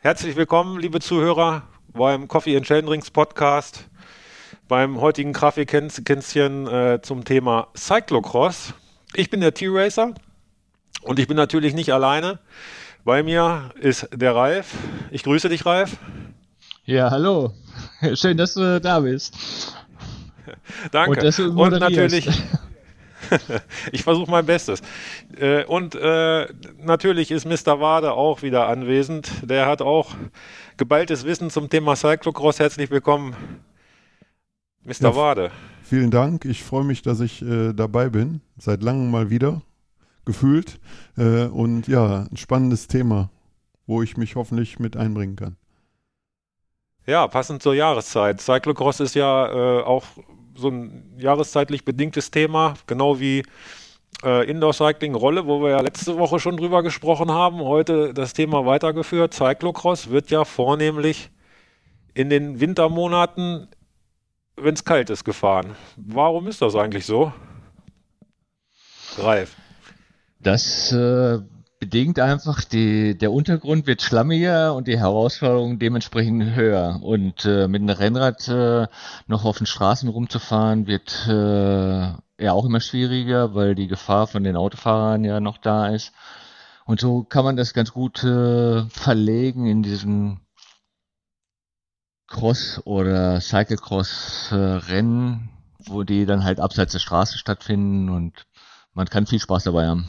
Herzlich willkommen, liebe Zuhörer, beim Coffee and Chain Drinks Podcast, beim heutigen Kaffeekränzchen zum Thema Cyclocross. Ich bin der T-Racer und ich bin natürlich nicht alleine. Bei mir ist der Ralf. Ich grüße dich, Ralf. Ja, hallo. Schön, dass du da bist. Danke. Und dass du und moderierst. natürlich, ich versuche mein Bestes. Und natürlich ist Mr. Wade auch wieder anwesend. Der hat auch geballtes Wissen zum Thema Cyclocross. Herzlich willkommen, Mr. Wade. Vielen Dank. Ich freue mich, dass ich dabei bin. Seit langem mal wieder gefühlt. Und ja, ein spannendes Thema, wo ich mich hoffentlich mit einbringen kann. Ja, passend zur Jahreszeit. Cyclocross ist ja auch so ein jahreszeitlich bedingtes Thema, genau wie Indoor-Cycling-Rolle, wo wir ja letzte Woche schon drüber gesprochen haben. Heute das Thema weitergeführt. Cyclocross wird ja vornehmlich in den Wintermonaten, wenn es kalt ist, gefahren. Warum ist das eigentlich so? Ralf. Das bedingt einfach, der Untergrund wird schlammiger und die Herausforderung dementsprechend höher. Und mit einem Rennrad noch auf den Straßen rumzufahren, wird ja auch immer schwieriger, weil die Gefahr von den Autofahrern ja noch da ist. Und so kann man das ganz gut verlegen in diesen Cross- oder Cyclocross-Rennen, wo die dann halt abseits der Straße stattfinden und man kann viel Spaß dabei haben.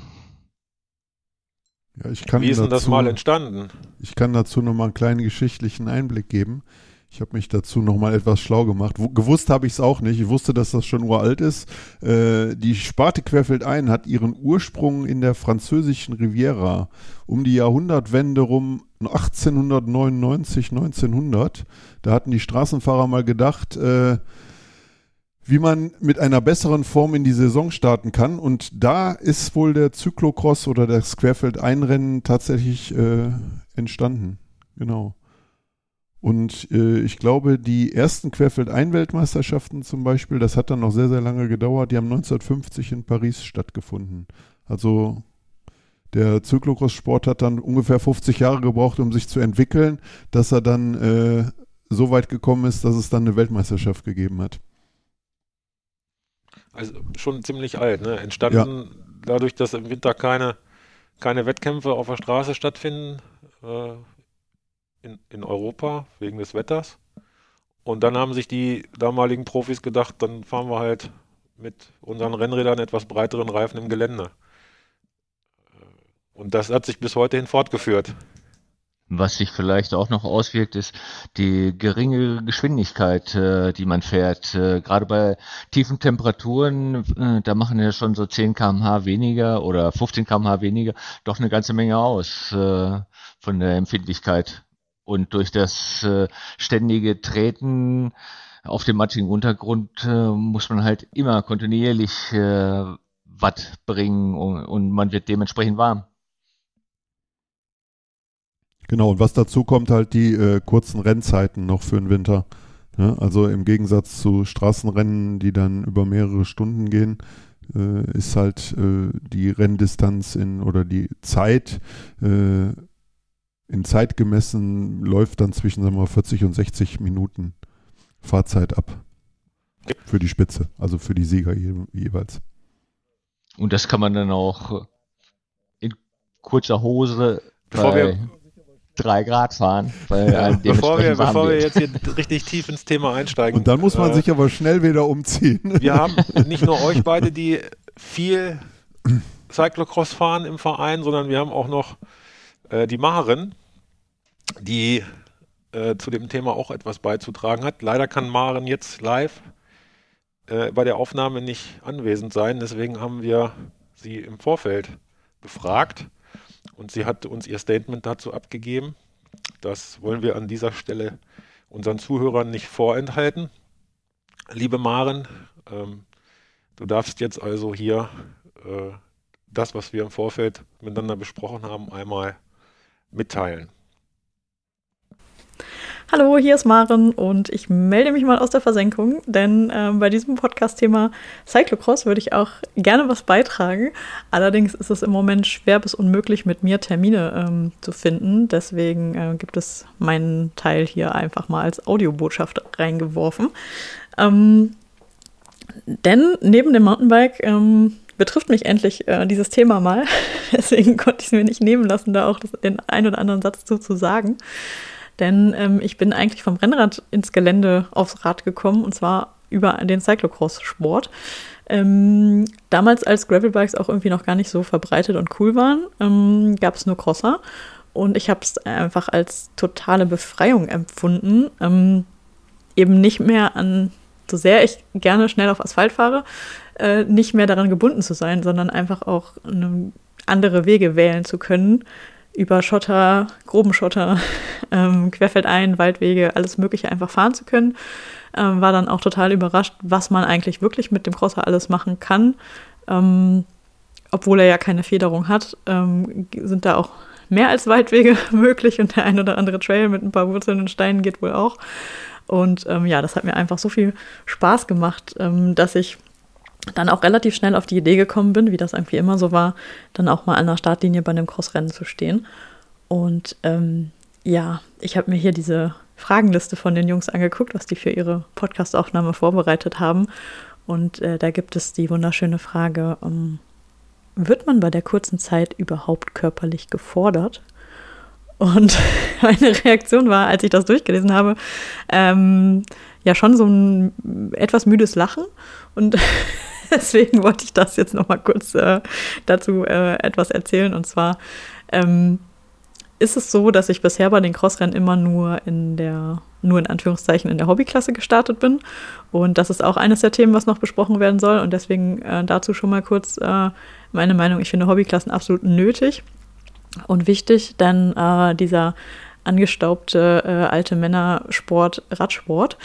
Ja, wie ist denn das mal entstanden? Ich kann dazu nochmal einen kleinen geschichtlichen Einblick geben. Ich habe mich dazu nochmal etwas schlau gemacht. Gewusst habe ich es auch nicht. Ich wusste, dass das schon uralt ist. Die Sparte Querfeldein hat ihren Ursprung in der französischen Riviera um die Jahrhundertwende rum 1899, 1900. Da hatten die Straßenfahrer mal gedacht, wie man mit einer besseren Form in die Saison starten kann. Und da ist wohl der Cyclocross oder das Querfeldein-Rennen tatsächlich entstanden. Genau. Und ich glaube, die ersten Querfeldein-Weltmeisterschaften zum Beispiel, das hat dann noch sehr, sehr lange gedauert, die haben 1950 in Paris stattgefunden. Also der Cyclocross-Sport hat dann ungefähr 50 Jahre gebraucht, um sich zu entwickeln, dass er dann so weit gekommen ist, dass es dann eine Weltmeisterschaft gegeben hat. Also schon ziemlich alt, ne? Entstanden dadurch, dass im Winter keine Wettkämpfe auf der Straße stattfinden in Europa wegen des Wetters. Und dann haben sich die damaligen Profis gedacht, dann fahren wir halt mit unseren Rennrädern etwas breiteren Reifen im Gelände. Und das hat sich bis heute hin fortgeführt. Was sich vielleicht auch noch auswirkt, ist die geringe Geschwindigkeit, die man fährt. Gerade bei tiefen Temperaturen, da machen ja schon so 10 km/h weniger oder 15 km/h weniger doch eine ganze Menge aus von der Empfindlichkeit. Und durch das ständige Treten auf dem matschigen Untergrund muss man halt immer kontinuierlich Watt bringen und man wird dementsprechend warm. Genau, und was dazu kommt, halt die kurzen Rennzeiten noch für den Winter. Ja, also im Gegensatz zu Straßenrennen, die dann über mehrere Stunden gehen, ist halt die Renndistanz oder die Zeit in Zeit gemessen läuft dann zwischen, sagen wir mal, 40 und 60 Minuten Fahrzeit ab. Für die Spitze, also für die Sieger jeweils. Und das kann man dann auch in kurzer Hose Bevor wir 3 Grad fahren, weil bevor wir jetzt hier richtig tief ins Thema einsteigen. Und dann muss man sich aber schnell wieder umziehen. Wir haben nicht nur euch beide, die viel Cyclocross fahren im Verein, sondern wir haben auch noch die Maren, die zu dem Thema auch etwas beizutragen hat. Leider kann Maren jetzt live bei der Aufnahme nicht anwesend sein, deswegen haben wir sie im Vorfeld befragt. Und sie hat uns ihr Statement dazu abgegeben. Das wollen wir an dieser Stelle unseren Zuhörern nicht vorenthalten. Liebe Maren, du darfst jetzt also hier das, was wir im Vorfeld miteinander besprochen haben, einmal mitteilen. Hallo, hier ist Maren und ich melde mich mal aus der Versenkung, denn bei diesem Podcast-Thema Cyclocross würde ich auch gerne was beitragen. Allerdings ist es im Moment schwer bis unmöglich, mit mir Termine zu finden. Deswegen gibt es meinen Teil hier einfach mal als Audiobotschaft reingeworfen. Denn neben dem Mountainbike betrifft mich endlich dieses Thema mal. Deswegen konnte ich es mir nicht nehmen lassen, da auch den einen oder anderen Satz zu sagen. Denn ich bin eigentlich vom Rennrad ins Gelände aufs Rad gekommen, und zwar über den Cyclocross-Sport. Damals, als Gravelbikes auch irgendwie noch gar nicht so verbreitet und cool waren, gab es nur Crosser. Und ich habe es einfach als totale Befreiung empfunden, eben nicht mehr an, so sehr ich gerne schnell auf Asphalt fahre, nicht mehr daran gebunden zu sein, sondern einfach auch andere Wege wählen zu können, über Schotter, groben Schotter, querfeldein, Waldwege, alles Mögliche einfach fahren zu können. War dann auch total überrascht, was man eigentlich wirklich mit dem Crosser alles machen kann. Obwohl er ja keine Federung hat, sind da auch mehr als Waldwege möglich und der ein oder andere Trail mit ein paar Wurzeln und Steinen geht wohl auch. Und ja, das hat mir einfach so viel Spaß gemacht, dass ich dann auch relativ schnell auf die Idee gekommen bin, wie das irgendwie immer so war, dann auch mal an der Startlinie bei einem Crossrennen zu stehen. Und ja, ich habe mir hier diese Fragenliste von den Jungs angeguckt, was die für ihre Podcast-Aufnahme vorbereitet haben. Und da gibt es die wunderschöne Frage, wird man bei der kurzen Zeit überhaupt körperlich gefordert? Und meine Reaktion war, als ich das durchgelesen habe, ja schon so ein etwas müdes Lachen. Und deswegen wollte ich das jetzt noch mal kurz dazu etwas erzählen. Und zwar ist es so, dass ich bisher bei den Crossrennen immer nur in Anführungszeichen in der Hobbyklasse gestartet bin. Und das ist auch eines der Themen, was noch besprochen werden soll. Und deswegen dazu schon mal kurz meine Meinung. Ich finde Hobbyklassen absolut nötig und wichtig, denn dieser angestaubte alte Männersport, Radsport,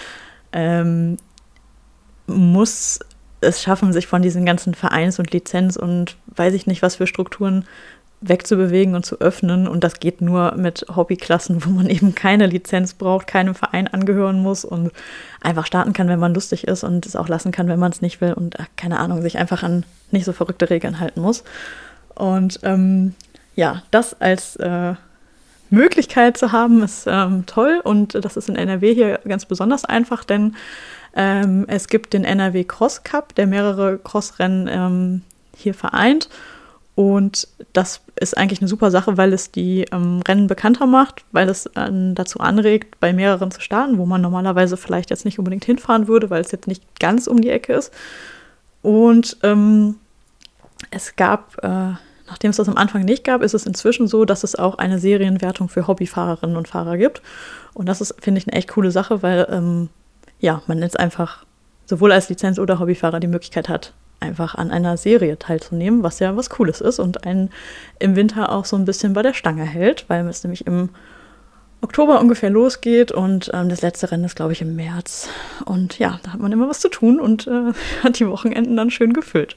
muss es schaffen, sich von diesen ganzen Vereins- und Lizenz- und weiß ich nicht was für Strukturen wegzubewegen und zu öffnen. Und das geht nur mit Hobbyklassen, wo man eben keine Lizenz braucht, keinem Verein angehören muss und einfach starten kann, wenn man lustig ist und es auch lassen kann, wenn man es nicht will und, keine Ahnung, sich einfach an nicht so verrückte Regeln halten muss. Und ja, das als Möglichkeit zu haben, ist toll. Und das ist in NRW hier ganz besonders einfach, denn es gibt den NRW Cross Cup, der mehrere Crossrennen hier vereint. Und das ist eigentlich eine super Sache, weil es die Rennen bekannter macht, weil es dazu anregt, bei mehreren zu starten, wo man normalerweise vielleicht jetzt nicht unbedingt hinfahren würde, weil es jetzt nicht ganz um die Ecke ist. Und es gab, nachdem es das am Anfang nicht gab, ist es inzwischen so, dass es auch eine Serienwertung für Hobbyfahrerinnen und Fahrer gibt. Und das ist, finde ich, eine echt coole Sache, weil ja, man jetzt einfach sowohl als Lizenz- oder Hobbyfahrer die Möglichkeit hat, einfach an einer Serie teilzunehmen, was ja was Cooles ist und einen im Winter auch so ein bisschen bei der Stange hält, weil es nämlich im Oktober ungefähr losgeht und das letzte Rennen ist, glaube ich, im März. Und ja, da hat man immer was zu tun und hat die Wochenenden dann schön gefüllt.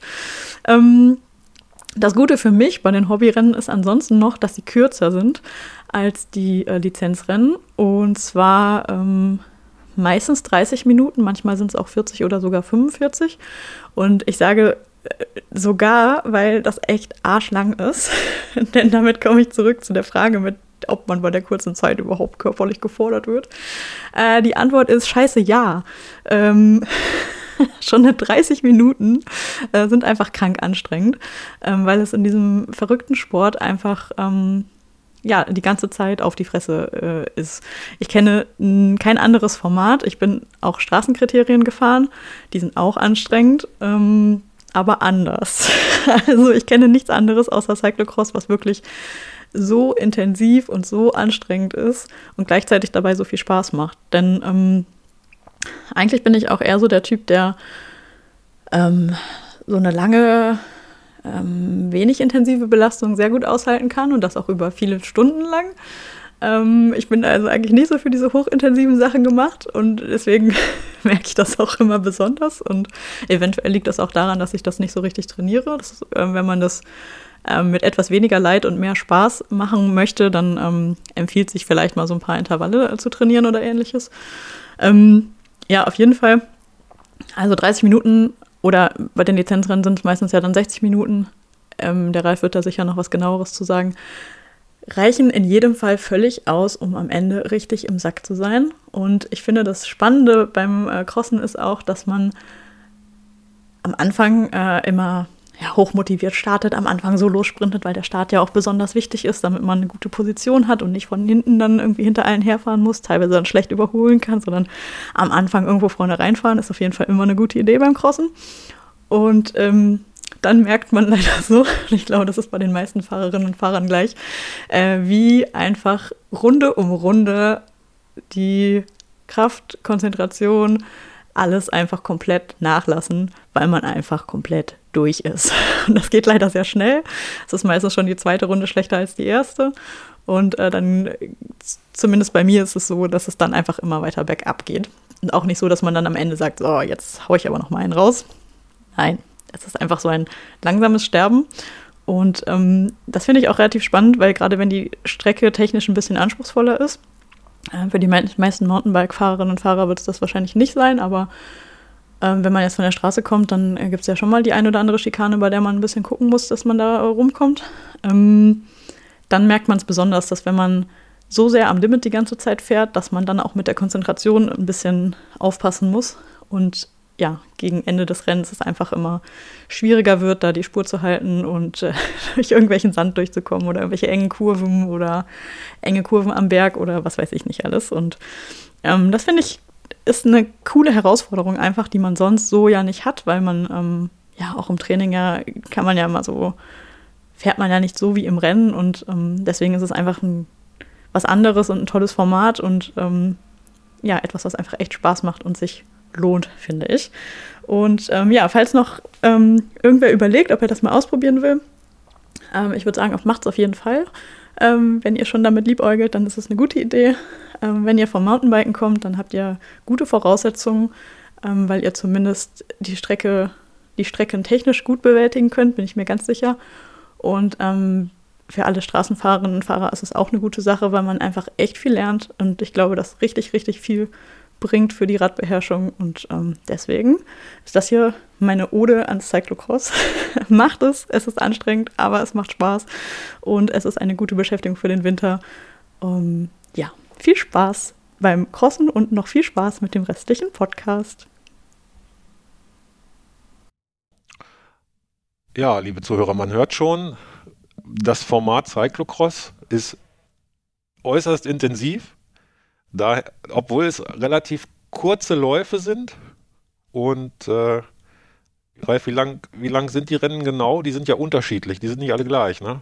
Das Gute für mich bei den Hobbyrennen ist ansonsten noch, dass sie kürzer sind als die Lizenzrennen. Und zwar meistens 30 Minuten, manchmal sind es auch 40 oder sogar 45. Und ich sage sogar, weil das echt arschlang ist. Denn damit komme ich zurück zu der Frage, ob man bei der kurzen Zeit überhaupt körperlich gefordert wird. Die Antwort ist scheiße, ja. Schon 30 Minuten sind einfach krank anstrengend, weil es in diesem verrückten Sport einfach ja, die ganze Zeit auf die Fresse ist. Ich kenne kein anderes Format. Ich bin auch Straßenkriterien gefahren. Die sind auch anstrengend, aber anders. Also ich kenne nichts anderes außer Cyclocross, was wirklich so intensiv und so anstrengend ist und gleichzeitig dabei so viel Spaß macht. Denn eigentlich bin ich auch eher so der Typ, der so eine lange wenig intensive Belastung sehr gut aushalten kann und das auch über viele Stunden lang. Ich bin also eigentlich nicht so für diese hochintensiven Sachen gemacht und deswegen merke ich das auch immer besonders und eventuell liegt das auch daran, dass ich das nicht so richtig trainiere. Wenn man das mit etwas weniger Leid und mehr Spaß machen möchte, dann empfiehlt sich vielleicht mal so ein paar Intervalle zu trainieren oder ähnliches. Ja, auf jeden Fall. Also 30 Minuten oder bei den Lizenzrennen sind es meistens ja dann 60 Minuten. Der Ralf wird da sicher noch was Genaueres zu sagen. Reichen in jedem Fall völlig aus, um am Ende richtig im Sack zu sein. Und ich finde, das Spannende beim Crossen ist auch, dass man am Anfang immer hochmotiviert startet, am Anfang so lossprintet, weil der Start ja auch besonders wichtig ist, damit man eine gute Position hat und nicht von hinten dann irgendwie hinter allen herfahren muss, teilweise dann schlecht überholen kann, sondern am Anfang irgendwo vorne reinfahren, ist auf jeden Fall immer eine gute Idee beim Crossen. Und dann merkt man leider so, und ich glaube, das ist bei den meisten Fahrerinnen und Fahrern gleich, wie einfach Runde um Runde die Kraft, Konzentration, alles einfach komplett nachlassen, weil man einfach komplett durch ist. Und das geht leider sehr schnell. Es ist meistens schon die zweite Runde schlechter als die erste. Und dann, zumindest bei mir ist es so, dass es dann einfach immer weiter bergab geht. Und auch nicht so, dass man dann am Ende sagt, so, jetzt hau ich aber noch mal einen raus. Nein, es ist einfach so ein langsames Sterben. Und das finde ich auch relativ spannend, weil gerade wenn die Strecke technisch ein bisschen anspruchsvoller ist, für die meisten Mountainbike-Fahrerinnen und Fahrer wird es das wahrscheinlich nicht sein, aber wenn man jetzt von der Straße kommt, dann gibt es ja schon mal die ein oder andere Schikane, bei der man ein bisschen gucken muss, dass man da rumkommt. Dann merkt man es besonders, dass wenn man so sehr am Limit die ganze Zeit fährt, dass man dann auch mit der Konzentration ein bisschen aufpassen muss. Und ja, gegen Ende des Rennens es einfach immer schwieriger wird, da die Spur zu halten und durch irgendwelchen Sand durchzukommen oder irgendwelche engen Kurven oder enge Kurven am Berg oder was weiß ich nicht alles. Und das finde ich ist eine coole Herausforderung einfach, die man sonst so ja nicht hat, weil man auch im Training kann man ja immer so, fährt man ja nicht so wie im Rennen und deswegen ist es einfach was anderes und ein tolles Format und etwas, was einfach echt Spaß macht und sich lohnt, finde ich. Und falls noch irgendwer überlegt, ob er das mal ausprobieren will, ich würde sagen, macht es auf jeden Fall. Wenn ihr schon damit liebäugelt, dann ist es eine gute Idee. Wenn ihr vom Mountainbiken kommt, dann habt ihr gute Voraussetzungen, weil ihr zumindest die Strecken technisch gut bewältigen könnt, bin ich mir ganz sicher. Und für alle Straßenfahrerinnen und Fahrer ist es auch eine gute Sache, weil man einfach echt viel lernt. Und ich glaube, das richtig, richtig viel bringt für die Radbeherrschung und deswegen ist das hier meine Ode ans Cyclocross. Macht es ist anstrengend, aber es macht Spaß und es ist eine gute Beschäftigung für den Winter. Viel Spaß beim Crossen und noch viel Spaß mit dem restlichen Podcast. Ja, liebe Zuhörer, man hört schon, das Format Cyclocross ist äußerst intensiv. Obwohl es relativ kurze Läufe sind und Ralf, wie lang sind die Rennen genau? Die sind ja unterschiedlich, die sind nicht alle gleich, ne?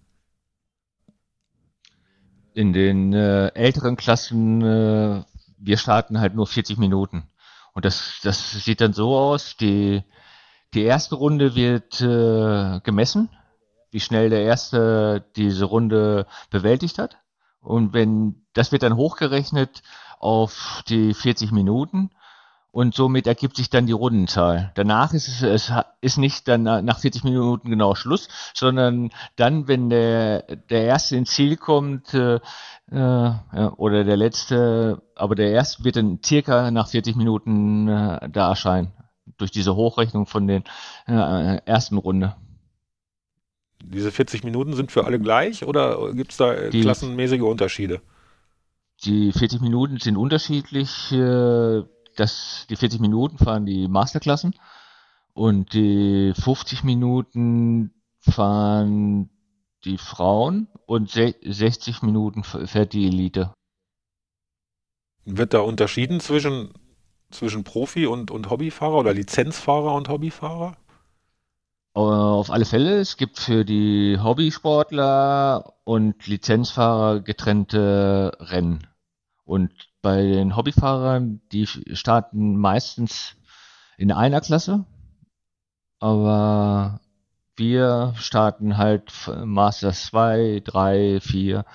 In den älteren Klassen, wir starten halt nur 40 Minuten. Und das sieht dann so aus, die erste Runde wird gemessen, wie schnell der Erste diese Runde bewältigt hat. Und das wird dann hochgerechnet auf die 40 Minuten und somit ergibt sich dann die Rundenzahl. Danach ist nicht dann nach 40 Minuten genau Schluss, sondern dann, wenn der Erste ins Ziel kommt oder der Letzte, aber der Erste wird dann circa nach 40 Minuten da erscheinen, durch diese Hochrechnung von den ersten Runde. Diese 40 Minuten sind für alle gleich oder gibt es da klassenmäßige Unterschiede? Die 40 Minuten sind unterschiedlich. Die 40 Minuten fahren die Masterklassen und die 50 Minuten fahren die Frauen und 60 Minuten fährt die Elite. Wird da unterschieden zwischen Profi und Hobbyfahrer oder Lizenzfahrer und Hobbyfahrer? Auf alle Fälle, es gibt für die Hobbysportler und Lizenzfahrer getrennte Rennen. Und bei den Hobbyfahrern, die starten meistens in einer Klasse, aber wir starten halt Masters 2, 3, 4.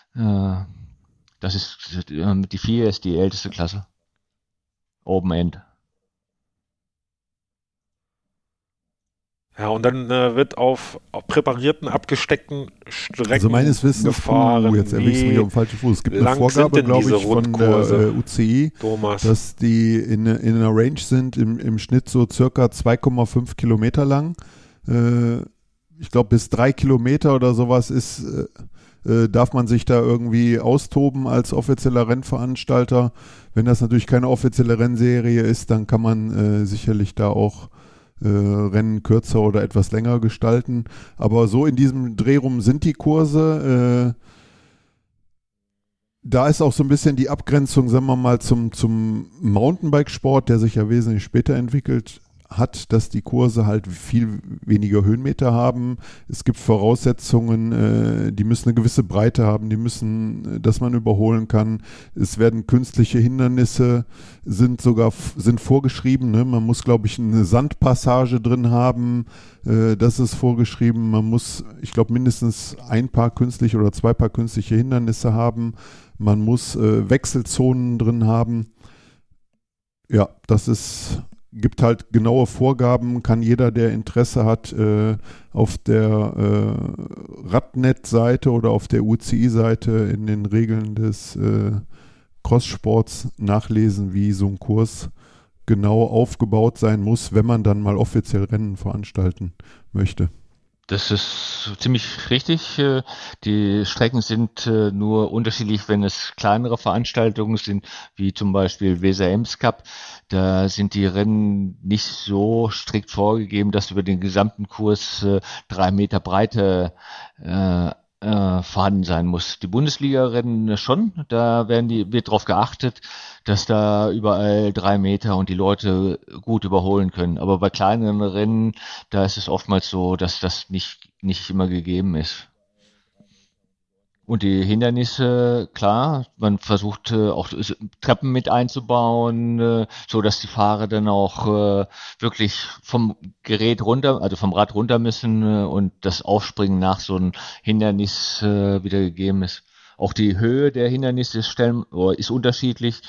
Die 4 ist die älteste Klasse. Open End. Ja, und dann wird auf präparierten, abgesteckten Strecken Also meines Wissens, gefahren. jetzt erwischst du mich auf dem falschen Fuß. Es gibt eine lang Vorgabe, sind denn glaube diese ich, von Rundkurse, der UCI, Thomas? dass die in einer Range sind, im Schnitt so circa 2,5 Kilometer lang. Ich glaube, bis 3 Kilometer oder sowas darf man sich da irgendwie austoben als offizieller Rennveranstalter. Wenn das natürlich keine offizielle Rennserie ist, dann kann man sicherlich da auch Rennen kürzer oder etwas länger gestalten. Aber so in diesem Dreh rum sind die Kurse. Da ist auch so ein bisschen die Abgrenzung, sagen wir mal, zum Mountainbike-Sport, der sich ja wesentlich später entwickelt hat, dass die Kurse halt viel weniger Höhenmeter haben. Es gibt Voraussetzungen, die müssen eine gewisse Breite haben, die müssen, dass man überholen kann. Es werden künstliche Hindernisse, sind vorgeschrieben. Ne? Man muss, glaube ich, eine Sandpassage drin haben. Das ist vorgeschrieben. Man muss, ich glaube, mindestens ein paar künstliche oder 2 Paar künstliche Hindernisse haben. Man muss Wechselzonen drin haben. Ja, gibt halt genaue Vorgaben, kann jeder, der Interesse hat, auf der Radnet-Seite oder auf der UCI-Seite in den Regeln des Crosssports nachlesen, wie so ein Kurs genau aufgebaut sein muss, wenn man dann mal offiziell Rennen veranstalten möchte. Das ist ziemlich richtig. Die Strecken sind nur unterschiedlich, wenn es kleinere Veranstaltungen sind, wie zum Beispiel Weser Ems Cup. Da sind die Rennen nicht so strikt vorgegeben, dass über den gesamten Kurs 3 Meter Breite vorhanden sein muss. Die Bundesliga-Rennen schon, da wird darauf geachtet, dass da überall 3 Meter und die Leute gut überholen können. Aber bei kleineren Rennen, da ist es oftmals so, dass das nicht immer gegeben ist. Und die Hindernisse, klar, man versucht auch Treppen mit einzubauen, so dass die Fahrer dann auch wirklich vom Gerät runter, also vom Rad runter müssen und das Aufspringen nach so einem Hindernis wieder gegeben ist. Auch die Höhe der Hindernisse ist unterschiedlich.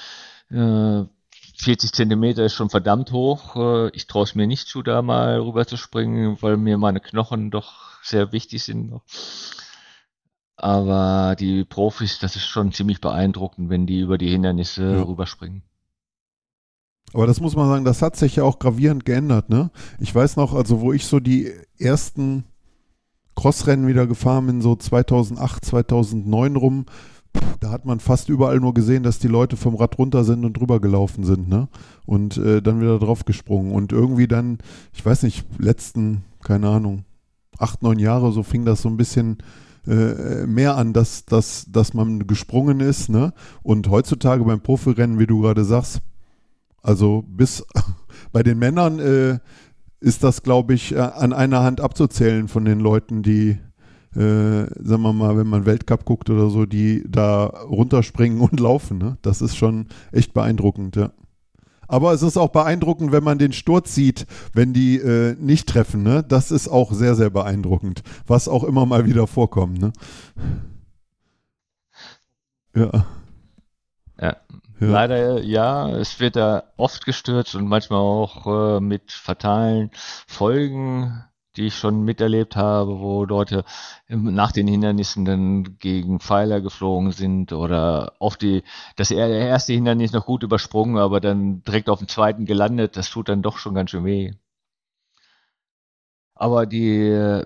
40 Zentimeter ist schon verdammt hoch. Ich traue es mir nicht zu, da mal rüber zu springen, weil mir meine Knochen doch sehr wichtig sind noch. Aber die Profis, das ist schon ziemlich beeindruckend, wenn die über die Hindernisse rüberspringen. Aber das muss man sagen, das hat sich ja auch gravierend geändert, ne? Ich weiß noch, also wo ich so die ersten Crossrennen wieder gefahren bin, so 2008, 2009 rum, da hat man fast überall nur gesehen, dass die Leute vom Rad runter sind und drüber gelaufen sind, ne? Und dann wieder drauf gesprungen. Und irgendwie dann, ich weiß nicht, keine Ahnung, 8, 9 Jahre, so fing das so ein bisschen mehr an, dass man gesprungen ist, ne? Und heutzutage beim Profirennen, wie du gerade sagst, also bis bei den Männern ist das, glaube ich, an einer Hand abzuzählen von den Leuten, die, sagen wir mal, wenn man Weltcup guckt oder so, die da runterspringen und laufen, ne? Das ist schon echt beeindruckend, ja. Aber es ist auch beeindruckend, wenn man den Sturz sieht, wenn die nicht treffen, ne? Das ist auch sehr, sehr beeindruckend, was auch immer mal wieder vorkommt, ne? Ja. Ja. Leider ja, es wird da oft gestürzt und manchmal auch mit fatalen Folgen, die ich schon miterlebt habe, wo Leute nach den Hindernissen dann gegen Pfeiler geflogen sind oder auf das erste Hindernis noch gut übersprungen, aber dann direkt auf dem zweiten gelandet. Das tut dann doch schon ganz schön weh. Aber die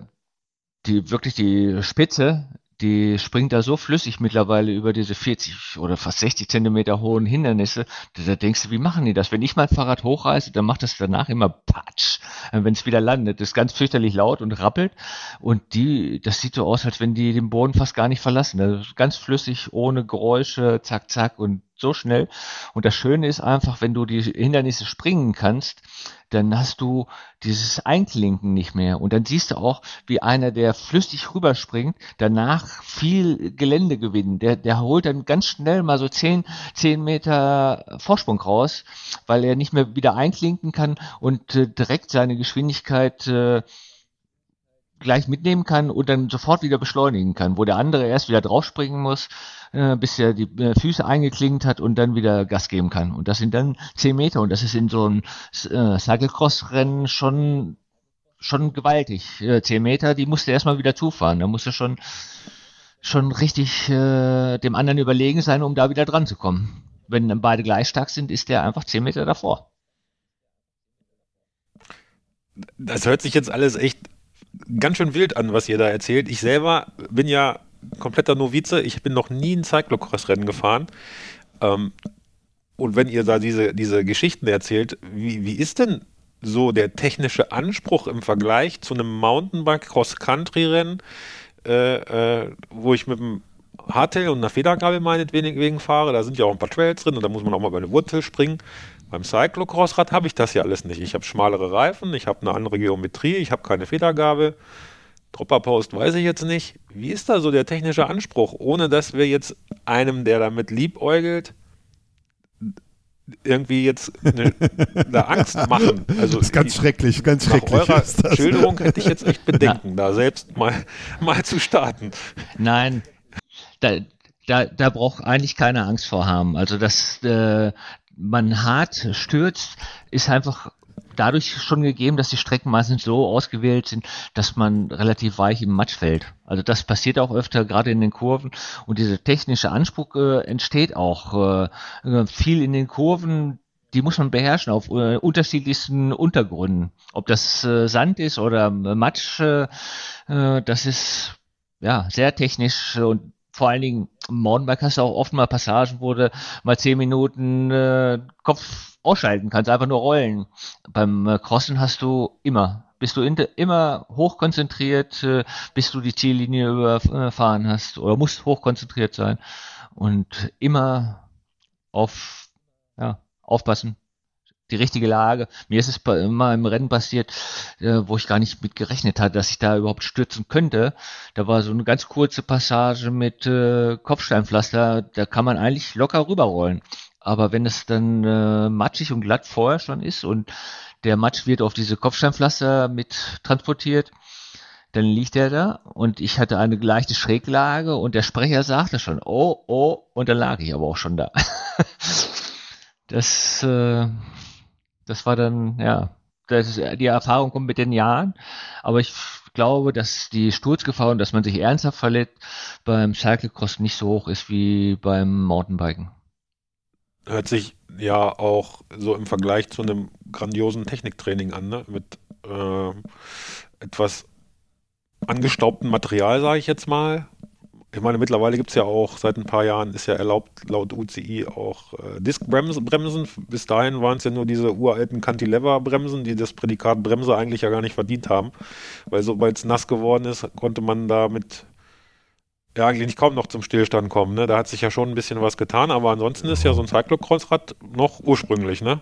Spitze, die springt da so flüssig mittlerweile über diese 40 oder fast 60 Zentimeter hohen Hindernisse. Da denkst du, wie machen die das? Wenn ich mein Fahrrad hochreiße, dann macht das danach immer Patsch, wenn es wieder landet. Das ist ganz fürchterlich laut und rappelt. Und das sieht so aus, als wenn die den Boden fast gar nicht verlassen. Also ganz flüssig, ohne Geräusche, zack, zack und so schnell. Und das Schöne ist einfach, wenn du die Hindernisse springen kannst, dann hast du dieses Einklinken nicht mehr. Und dann siehst du auch, wie einer, der flüssig rüberspringt, danach viel Gelände gewinnt. Der holt dann ganz schnell mal so 10 Meter Vorsprung raus, weil er nicht mehr wieder einklinken kann und direkt seine Geschwindigkeit gleich mitnehmen kann und dann sofort wieder beschleunigen kann, wo der andere erst wieder draufspringen muss, bis er die Füße eingeklinkt hat und dann wieder Gas geben kann. Und das sind dann 10 Meter und das ist in so einem Cyclocross-Rennen schon schon gewaltig. 10 Meter, die musst du erstmal wieder zufahren. Da musst du schon richtig dem anderen überlegen sein, um da wieder dran zu kommen. Wenn dann beide gleich stark sind, ist der einfach 10 Meter davor. Das hört sich jetzt alles echt ganz schön wild an, was ihr da erzählt. Ich selber bin ja kompletter Novize. Ich bin noch nie ein Cyclocross-Rennen gefahren. Und wenn ihr da diese Geschichten erzählt, wie ist denn so der technische Anspruch im Vergleich zu einem Mountainbike-Cross-Country-Rennen, wo ich mit einem Hardtail und einer Federgabel meinetwegen fahre? Da sind ja auch ein paar Trails drin und da muss man auch mal bei eine Wurzel springen. Beim Cyclocross-Rad habe ich das ja alles nicht. Ich habe schmalere Reifen, ich habe eine andere Geometrie, ich habe keine Federgabel. Dropper-Post weiß ich jetzt nicht. Wie ist da so der technische Anspruch, ohne dass wir jetzt einem, der damit liebäugelt, irgendwie jetzt eine Angst machen? Also das ist ganz schrecklich, ganz schrecklich. Nach eurer Schilderung hätte ich jetzt echt Bedenken, da selbst mal zu starten. Nein, da braucht eigentlich keine Angst vor haben. Also dass man hart stürzt, ist einfach dadurch schon gegeben, dass die Strecken meistens so ausgewählt sind, dass man relativ weich im Matsch fällt. Also das passiert auch öfter, gerade in den Kurven. Und dieser technische Anspruch entsteht auch viel in den Kurven. Die muss man beherrschen auf unterschiedlichsten Untergründen. Ob das Sand ist oder Matsch, das ist ja sehr technisch und vor allen Dingen im Mountainbike hast du auch oft mal Passagen, wo du mal 10 Minuten Kopf ausschalten kannst, einfach nur rollen. Beim Crossen bist du immer hochkonzentriert, bis du die Ziellinie überfahren hast oder musst hochkonzentriert sein und immer aufpassen. Die richtige Lage. Mir ist es immer im Rennen passiert, wo ich gar nicht mit gerechnet hatte, dass ich da überhaupt stürzen könnte. Da war so eine ganz kurze Passage mit Kopfsteinpflaster, da kann man eigentlich locker rüberrollen. Aber wenn es dann matschig und glatt vorher schon ist und der Matsch wird auf diese Kopfsteinpflaster mit transportiert, dann liegt er da und ich hatte eine leichte Schräglage und der Sprecher sagte schon, oh, und dann lag ich aber auch schon da. Das war dann, die Erfahrung kommt mit den Jahren, aber ich glaube, dass die Sturzgefahr und dass man sich ernsthaft verletzt beim Cyclocross nicht so hoch ist wie beim Mountainbiken. Hört sich ja auch so im Vergleich zu einem grandiosen Techniktraining an, ne? Mit etwas angestaubtem Material, sage ich jetzt mal. Ich meine, mittlerweile gibt es ja auch, seit ein paar Jahren ist ja erlaubt, laut UCI auch Diskbremsen. Bis dahin waren es ja nur diese uralten Cantilever-Bremsen, die das Prädikat Bremse eigentlich ja gar nicht verdient haben. Weil sobald es nass geworden ist, konnte man damit ja eigentlich kaum noch zum Stillstand kommen. Ne? Da hat sich ja schon ein bisschen was getan, aber ansonsten ist ja so ein Cyclocross-Rad noch ursprünglich, ne?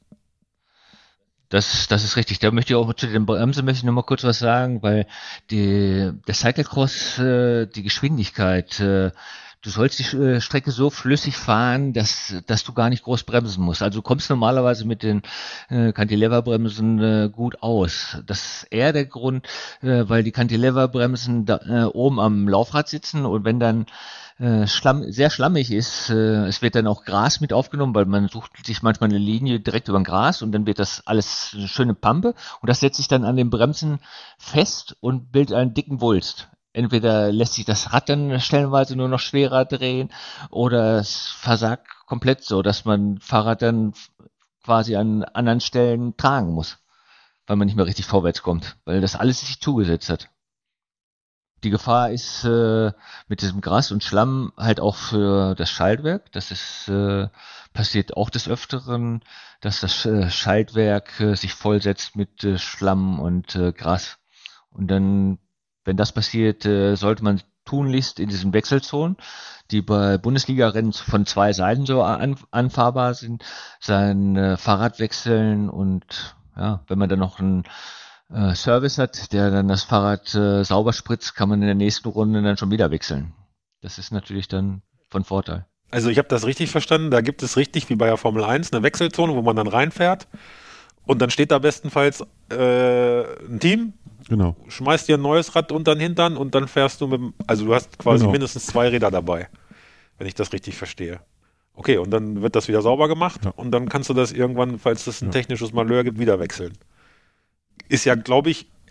Das ist richtig. Da möchte ich auch zu den Bremsen noch mal kurz was sagen, weil der Cyclocross, die Geschwindigkeit, du sollst die Strecke so flüssig fahren, dass du gar nicht groß bremsen musst. Also du kommst normalerweise mit den Cantilever-Bremsen gut aus. Das ist eher der Grund, weil die Cantilever-Bremsen oben am Laufrad sitzen und wenn dann sehr schlammig ist, es wird dann auch Gras mit aufgenommen, weil man sucht sich manchmal eine Linie direkt über den Gras und dann wird das alles eine schöne Pampe und das setzt sich dann an den Bremsen fest und bildet einen dicken Wulst. Entweder lässt sich das Rad dann stellenweise nur noch schwerer drehen oder es versagt komplett so, dass man Fahrrad dann quasi an anderen Stellen tragen muss, weil man nicht mehr richtig vorwärts kommt, weil das alles sich zugesetzt hat. Die Gefahr ist mit diesem Gras und Schlamm halt auch für das Schaltwerk. Das ist passiert auch des Öfteren, dass das Schaltwerk sich vollsetzt mit Schlamm und Gras. Und dann, wenn das passiert, sollte man tunlichst in diesen Wechselzonen, die bei Bundesliga-Rennen von 2 Seiten so anfahrbar sind, sein Fahrrad wechseln und ja, wenn man dann noch einen Service hat, der dann das Fahrrad sauber spritzt, kann man in der nächsten Runde dann schon wieder wechseln. Das ist natürlich dann von Vorteil. Also ich habe das richtig verstanden, da gibt es richtig wie bei der Formel 1 eine Wechselzone, wo man dann reinfährt und dann steht da bestenfalls ein Team, genau, schmeißt dir ein neues Rad unter den Hintern und dann fährst du also du hast quasi mindestens 2 Räder dabei, wenn ich das richtig verstehe. Okay, und dann wird das wieder sauber gemacht und dann kannst du das irgendwann, falls es ein technisches Malheur gibt, wieder wechseln. Ist ja, glaube ich,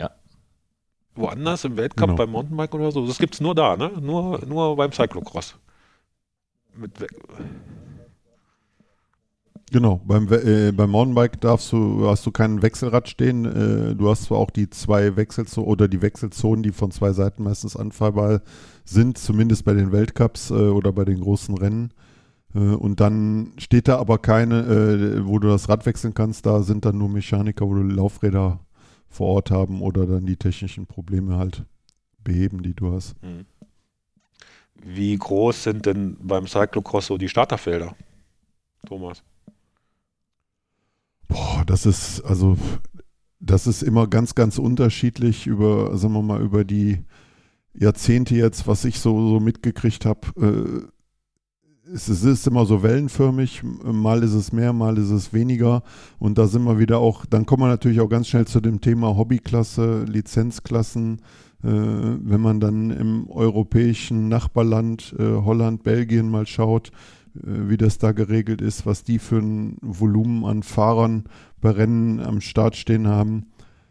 woanders im Weltcup Genau. beim Mountainbike oder so. Das gibt es nur da, ne? Nur beim Cyclocross. Genau, beim Mountainbike hast du kein Wechselrad stehen. Du hast zwar auch die zwei Wechselzonen oder die Wechselzonen, die von zwei Seiten meistens anfahrbar sind, zumindest bei den Weltcups oder bei den großen Rennen. Und dann steht da aber keine, wo du das Rad wechseln kannst. Da sind dann nur Mechaniker, wo du Laufräder vor Ort haben oder dann die technischen Probleme halt beheben, die du hast. Wie groß sind denn beim Cyclocross so die Starterfelder, Thomas? Boah, das ist immer ganz, ganz unterschiedlich sagen wir mal, über die Jahrzehnte jetzt, was ich so mitgekriegt habe. Es ist immer so wellenförmig, mal ist es mehr, mal ist es weniger und da sind wir wieder auch, dann kommen wir natürlich auch ganz schnell zu dem Thema Hobbyklasse, Lizenzklassen, wenn man dann im europäischen Nachbarland Holland, Belgien mal schaut, wie das da geregelt ist, was die für ein Volumen an Fahrern bei Rennen am Start stehen haben.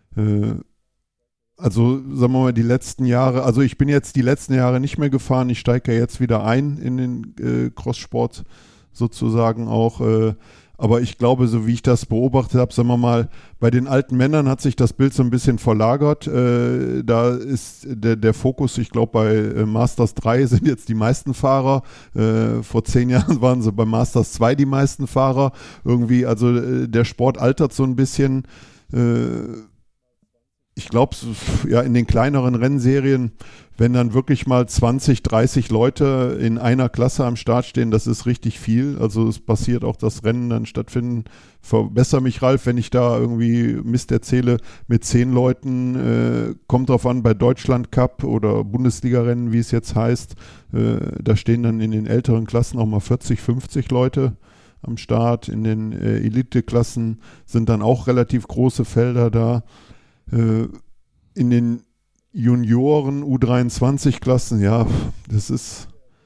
Also sagen wir mal die letzten Jahre, also ich bin jetzt die letzten Jahre nicht mehr gefahren, ich steige ja jetzt wieder ein in den Crosssport sozusagen auch, aber ich glaube, so wie ich das beobachtet habe, sagen wir mal, bei den alten Männern hat sich das Bild so ein bisschen verlagert, da ist der Fokus, ich glaube bei Masters 3 sind jetzt die meisten Fahrer, vor 10 Jahren waren sie bei Masters 2 die meisten Fahrer, irgendwie, also der Sport altert so ein bisschen, ich glaube, ja, in den kleineren Rennserien, wenn dann wirklich mal 20, 30 Leute in einer Klasse am Start stehen, das ist richtig viel. Also es passiert auch, dass Rennen dann stattfinden. Verbessere mich, Ralf, wenn ich da irgendwie Mist erzähle, mit 10 Leuten, kommt drauf an, bei Deutschland Cup oder Bundesliga-Rennen, wie es jetzt heißt, da stehen dann in den älteren Klassen auch mal 40, 50 Leute am Start. In den Elite-Klassen sind dann auch relativ große Felder da. In den Junioren U23-Klassen, ja, es ist,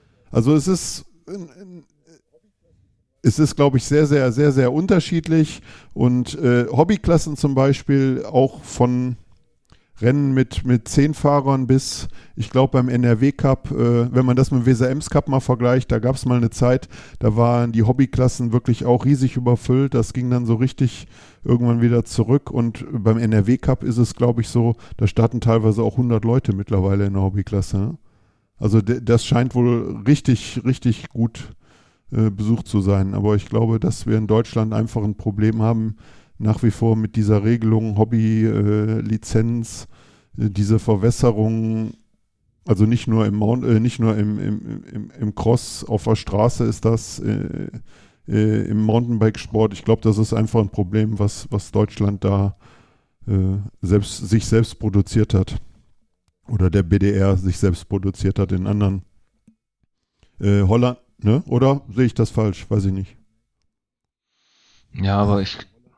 glaube ich, sehr, sehr, sehr, sehr unterschiedlich und Hobbyklassen zum Beispiel auch von Rennen mit 10 Fahrern bis, ich glaube beim NRW Cup, wenn man das mit dem Weser Ems Cup mal vergleicht, da gab es mal eine Zeit, da waren die Hobbyklassen wirklich auch riesig überfüllt, das ging dann so richtig irgendwann wieder zurück und beim NRW Cup ist es, glaube ich, so, da starten teilweise auch 100 Leute mittlerweile in der Hobbyklasse. Ne? Also das scheint wohl richtig, richtig gut besucht zu sein, aber ich glaube, dass wir in Deutschland einfach ein Problem haben, nach wie vor mit dieser Regelung Hobby-Lizenz, diese Verwässerung, also nicht nur im Cross auf der Straße ist das, im Mountainbike-Sport. Ich glaube, das ist einfach ein Problem, was Deutschland da sich selbst produziert hat. Oder der BDR sich selbst produziert hat in anderen. Holland, ne? Oder sehe ich das falsch? Weiß ich nicht. Ja, aber ich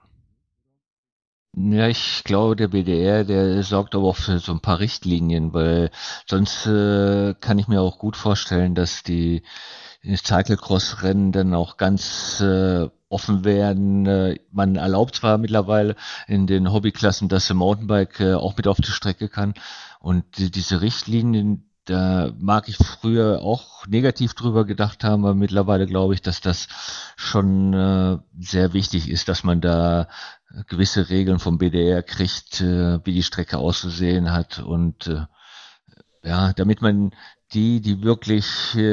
glaube, der BDR, der sorgt aber auch für so ein paar Richtlinien, weil sonst kann ich mir auch gut vorstellen, dass die Cyclocross-Rennen dann auch ganz offen werden. Man erlaubt zwar mittlerweile in den Hobbyklassen, dass der Mountainbike auch mit auf die Strecke kann und diese Richtlinien, da mag ich früher auch negativ drüber gedacht haben, aber mittlerweile glaube ich, dass das schon sehr wichtig ist, dass man da gewisse Regeln vom BDR kriegt, wie die Strecke auszusehen hat und ja, damit man die wirklich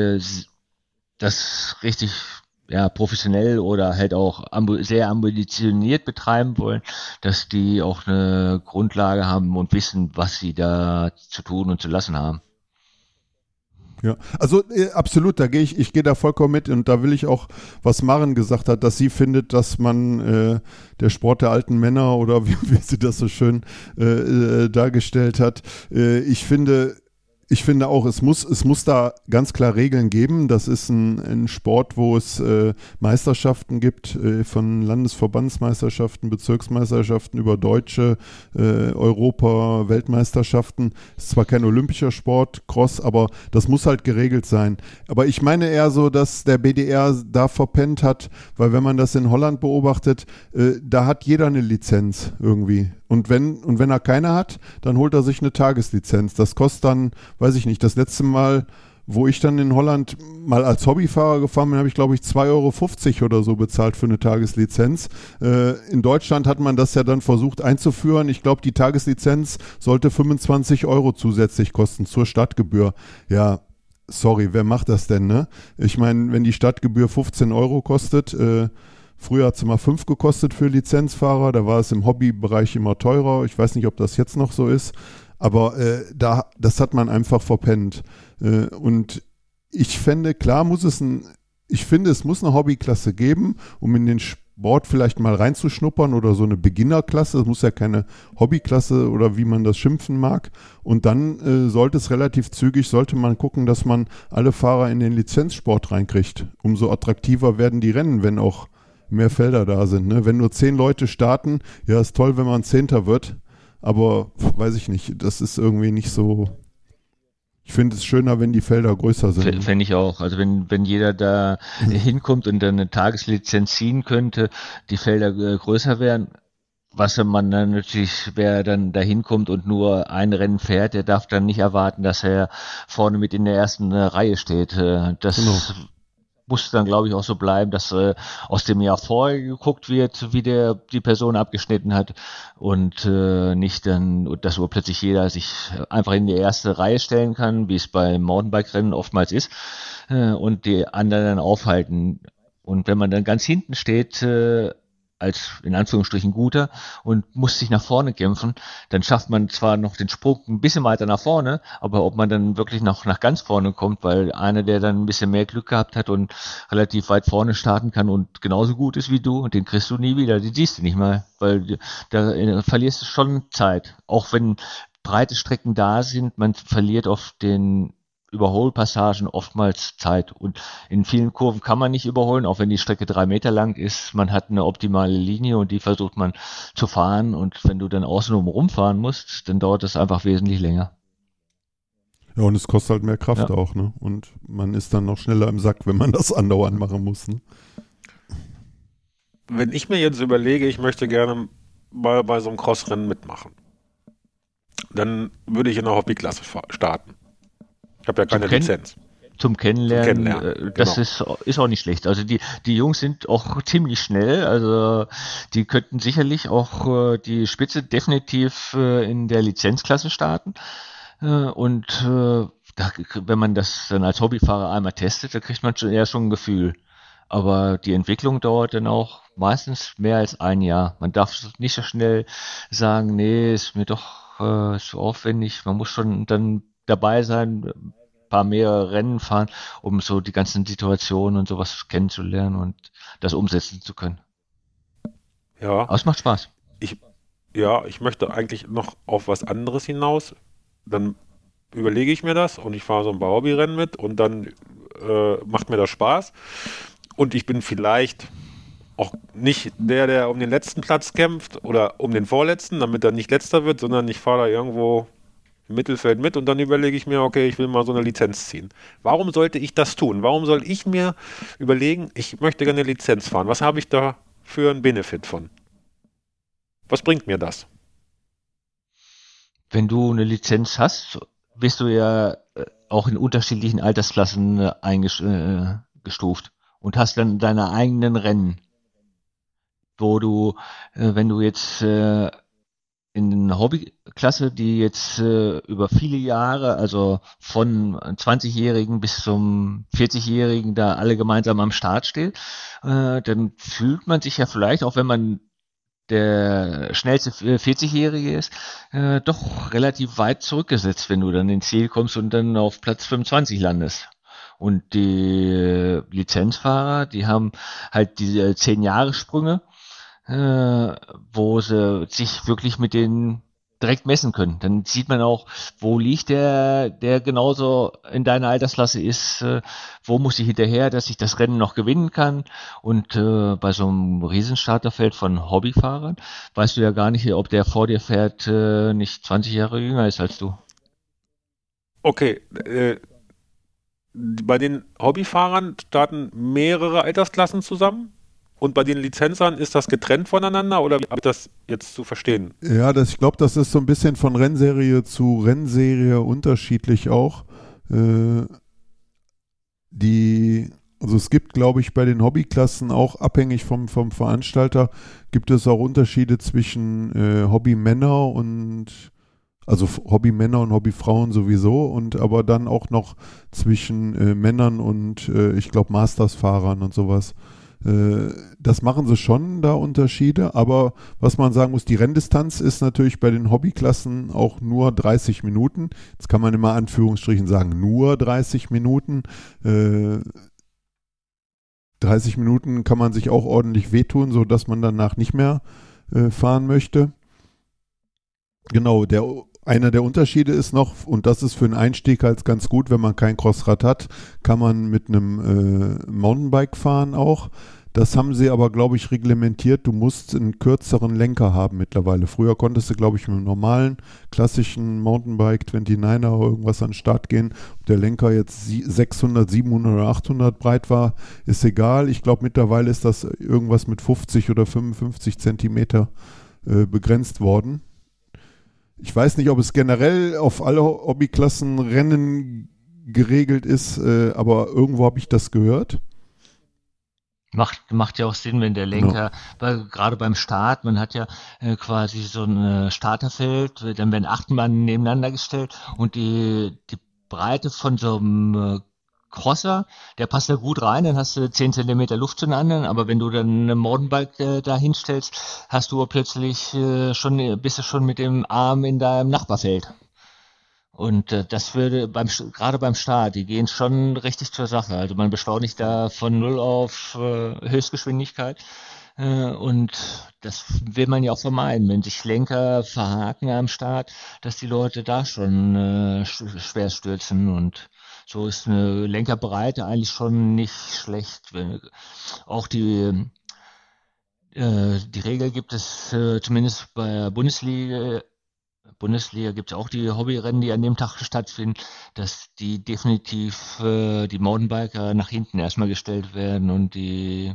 das richtig professionell oder halt auch sehr ambitioniert betreiben wollen, dass die auch eine Grundlage haben und wissen, was sie da zu tun und zu lassen haben. Ja, also absolut, ich gehe da vollkommen mit und da will ich auch, was Maren gesagt hat, dass sie findet, dass man der Sport der alten Männer oder wie sie das so schön dargestellt hat, ich finde auch, es muss da ganz klar Regeln geben. Das ist ein Sport, wo es Meisterschaften gibt, von Landesverbandsmeisterschaften, Bezirksmeisterschaften über deutsche, Europa, Weltmeisterschaften. Ist zwar kein olympischer Sport, Cross, aber das muss halt geregelt sein. Aber ich meine eher so, dass der BDR da verpennt hat, weil wenn man das in Holland beobachtet, da hat jeder eine Lizenz irgendwie. Und wenn er keine hat, dann holt er sich eine Tageslizenz. Das kostet dann, weiß ich nicht, das letzte Mal, wo ich dann in Holland mal als Hobbyfahrer gefahren bin, habe ich, glaube ich, 2,50 € oder so bezahlt für eine Tageslizenz. In Deutschland hat man das ja dann versucht einzuführen. Ich glaube, die Tageslizenz sollte 25 € zusätzlich kosten zur Stadtgebühr. Ja, sorry, wer macht das denn, ne? Ich meine, wenn die Stadtgebühr 15 € kostet, früher hat es immer 5 gekostet für Lizenzfahrer, da war es im Hobbybereich immer teurer. Ich weiß nicht, ob das jetzt noch so ist, aber das hat man einfach verpennt. Und ich finde, klar es muss eine Hobbyklasse geben, um in den Sport vielleicht mal reinzuschnuppern oder so eine Beginnerklasse. Es muss ja keine Hobbyklasse oder wie man das schimpfen mag. Und dann sollte man gucken, dass man alle Fahrer in den Lizenzsport reinkriegt. Umso attraktiver werden die Rennen, wenn auch mehr Felder da sind. Ne? Wenn nur 10 Leute starten, ja, ist toll, wenn man Zehnter wird. Aber weiß ich nicht, das ist irgendwie nicht so. Ich finde es schöner, wenn die Felder größer sind. Fände ich auch. Also wenn jeder da hinkommt und dann eine Tageslizenz ziehen könnte, die Felder größer wären, was man dann natürlich, wer dann da hinkommt und nur ein Rennen fährt, der darf dann nicht erwarten, dass er vorne mit in der ersten Reihe steht. Das muss dann, glaube ich, auch so bleiben, dass aus dem Jahr vorher geguckt wird, wie die Person abgeschnitten hat und nicht dann, dass plötzlich jeder sich einfach in die erste Reihe stellen kann, wie es bei Mountainbike-Rennen oftmals ist, und die anderen dann aufhalten. Und wenn man dann ganz hinten steht, als in Anführungsstrichen guter und muss sich nach vorne kämpfen, dann schafft man zwar noch den Sprung ein bisschen weiter nach vorne, aber ob man dann wirklich noch nach ganz vorne kommt, weil einer, der dann ein bisschen mehr Glück gehabt hat und relativ weit vorne starten kann und genauso gut ist wie du, und den kriegst du nie wieder, den siehst du nicht mal, weil da verlierst du schon Zeit. Auch wenn breite Strecken da sind, man verliert auf den Überholpassagen oftmals Zeit, und in vielen Kurven kann man nicht überholen, auch wenn die Strecke 3 Meter lang ist. Man hat eine optimale Linie und die versucht man zu fahren, und wenn du dann außenrum rumfahren musst, dann dauert das einfach wesentlich länger. Ja, und es kostet halt mehr Kraft auch, ne? Und man ist dann noch schneller im Sack, wenn man das andauernd machen muss, ne? Wenn ich mir jetzt überlege, ich möchte gerne mal bei so einem Crossrennen mitmachen, dann würde ich in der Hobbyklasse starten. Ich habe ja keine Lizenz. Zum Kennenlernen, das genau. ist auch nicht schlecht. Also die Jungs sind auch ziemlich schnell, also die könnten sicherlich auch die Spitze definitiv in der Lizenzklasse starten. Und wenn man das dann als Hobbyfahrer einmal testet, da kriegt man schon ein Gefühl. Aber die Entwicklung dauert dann auch meistens mehr als ein Jahr. Man darf nicht so schnell sagen, nee, ist mir doch zu aufwendig. Man muss schon dann dabei sein, ein paar mehrere Rennen fahren, um so die ganzen Situationen und sowas kennenzulernen und das umsetzen zu können. Ja. Aber es macht Spaß. Ich möchte eigentlich noch auf was anderes hinaus. Dann überlege ich mir das und ich fahre so ein paar Hobbyrennen mit und dann macht mir das Spaß. Und ich bin vielleicht auch nicht der um den letzten Platz kämpft oder um den vorletzten, damit er nicht letzter wird, sondern ich fahre da irgendwo im Mittelfeld mit und dann überlege ich mir, okay, ich will mal so eine Lizenz ziehen. Warum sollte ich das tun? Warum soll ich mir überlegen, ich möchte gerne eine Lizenz fahren? Was habe ich da für einen Benefit von? Was bringt mir das? Wenn du eine Lizenz hast, bist du ja auch in unterschiedlichen Altersklassen eingestuft und hast dann deine eigenen Rennen, wo du, wenn du jetzt in einer Hobbyklasse, die jetzt über viele Jahre, also von 20-Jährigen bis zum 40-Jährigen da alle gemeinsam am Start steht, dann fühlt man sich ja vielleicht, auch wenn man der schnellste 40-Jährige ist, doch relativ weit zurückgesetzt, wenn du dann ins Ziel kommst und dann auf Platz 25 landest. Und die Lizenzfahrer, die haben halt diese 10-Jahres-Sprünge, wo sie sich wirklich mit denen direkt messen können. Dann sieht man auch, wo liegt der genauso in deiner Altersklasse ist, wo muss ich hinterher, dass ich das Rennen noch gewinnen kann. Und bei so einem Riesenstarterfeld von Hobbyfahrern weißt du ja gar nicht, ob der vor dir fährt, nicht 20 Jahre jünger ist als du. Okay, bei den Hobbyfahrern starten mehrere Altersklassen zusammen? und bei den Lizenzern ist das getrennt voneinander oder wie habe ich das jetzt zu verstehen? Ja, ich glaube, das ist so ein bisschen von Rennserie zu Rennserie unterschiedlich auch. Also es gibt, glaube ich, bei den Hobbyklassen auch abhängig vom Veranstalter, gibt es auch Unterschiede zwischen Hobbymänner und Hobbyfrauen sowieso und aber dann auch noch zwischen Männern und ich glaube Masters-Fahrern und sowas. Das machen sie schon, da Unterschiede, aber was man sagen muss, die Renndistanz ist natürlich bei den Hobbyklassen auch nur 30 Minuten. Jetzt kann man immer Anführungsstrichen sagen, nur 30 Minuten. 30 Minuten kann man sich auch ordentlich wehtun, sodass man danach nicht mehr fahren möchte. Genau, einer der Unterschiede ist noch, und das ist für einen Einstieg halt ganz gut, wenn man kein Crossrad hat, kann man mit einem Mountainbike fahren auch. Das haben sie aber, glaube ich, reglementiert. Du musst einen kürzeren Lenker haben mittlerweile. Früher konntest du, glaube ich, mit einem normalen, klassischen Mountainbike 29er oder irgendwas an den Start gehen. Ob der Lenker jetzt 600, 700 oder 800 breit war, ist egal. Ich glaube, mittlerweile ist das irgendwas mit 50 oder 55 Zentimeter begrenzt worden. Ich weiß nicht, ob es generell auf alle Hobbyklassenrennen geregelt ist, aber irgendwo habe ich das gehört. Macht ja auch Sinn, wenn der Lenker, gerade beim Start, man hat ja quasi so ein Starterfeld, dann werden 8 Mann nebeneinander gestellt und die Breite von so einem Crosser, der passt da gut rein, dann hast du 10 Zentimeter Luft zu den anderen, aber wenn du dann ein Mountainbike da hinstellst, hast du plötzlich bist du schon mit dem Arm in deinem Nachbarfeld. Und das würde gerade beim Start, die gehen schon richtig zur Sache. Also man beschleunigt da von 0 auf Höchstgeschwindigkeit. Und das will man ja auch vermeiden, wenn sich Lenker verhaken am Start, dass die Leute da schon schwer stürzen. Und so ist eine Lenkerbreite eigentlich schon nicht schlecht. Auch die Regel gibt es zumindest bei der Bundesliga gibt es auch die Hobbyrennen, die an dem Tag stattfinden, dass die definitiv die Mountainbiker nach hinten erstmal gestellt werden und die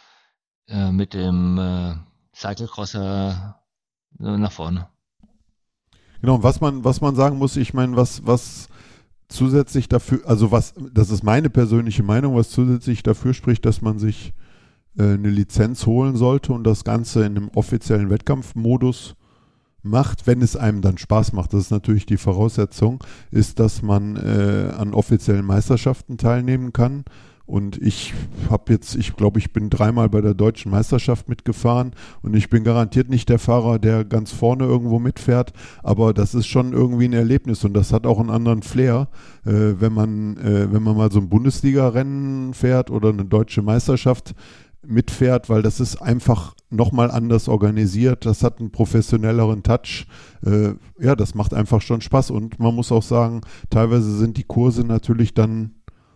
mit dem Cyclocrosser nach vorne. Genau, und was man sagen muss, ich meine, was zusätzlich dafür, das ist meine persönliche Meinung, was zusätzlich dafür spricht, dass man sich eine Lizenz holen sollte und das Ganze in einem offiziellen Wettkampfmodus macht, wenn es einem dann Spaß macht, das ist natürlich die Voraussetzung, ist, dass man an offiziellen Meisterschaften teilnehmen kann. Und ich glaube, ich bin 3-mal bei der deutschen Meisterschaft mitgefahren und ich bin garantiert nicht der Fahrer, der ganz vorne irgendwo mitfährt, aber das ist schon irgendwie ein Erlebnis und das hat auch einen anderen Flair, wenn man mal so ein Bundesliga-Rennen fährt oder eine deutsche Meisterschaft mitfährt, weil das ist einfach nochmal anders organisiert, das hat einen professionelleren Touch, das macht einfach schon Spaß und man muss auch sagen, teilweise sind die Kurse natürlich dann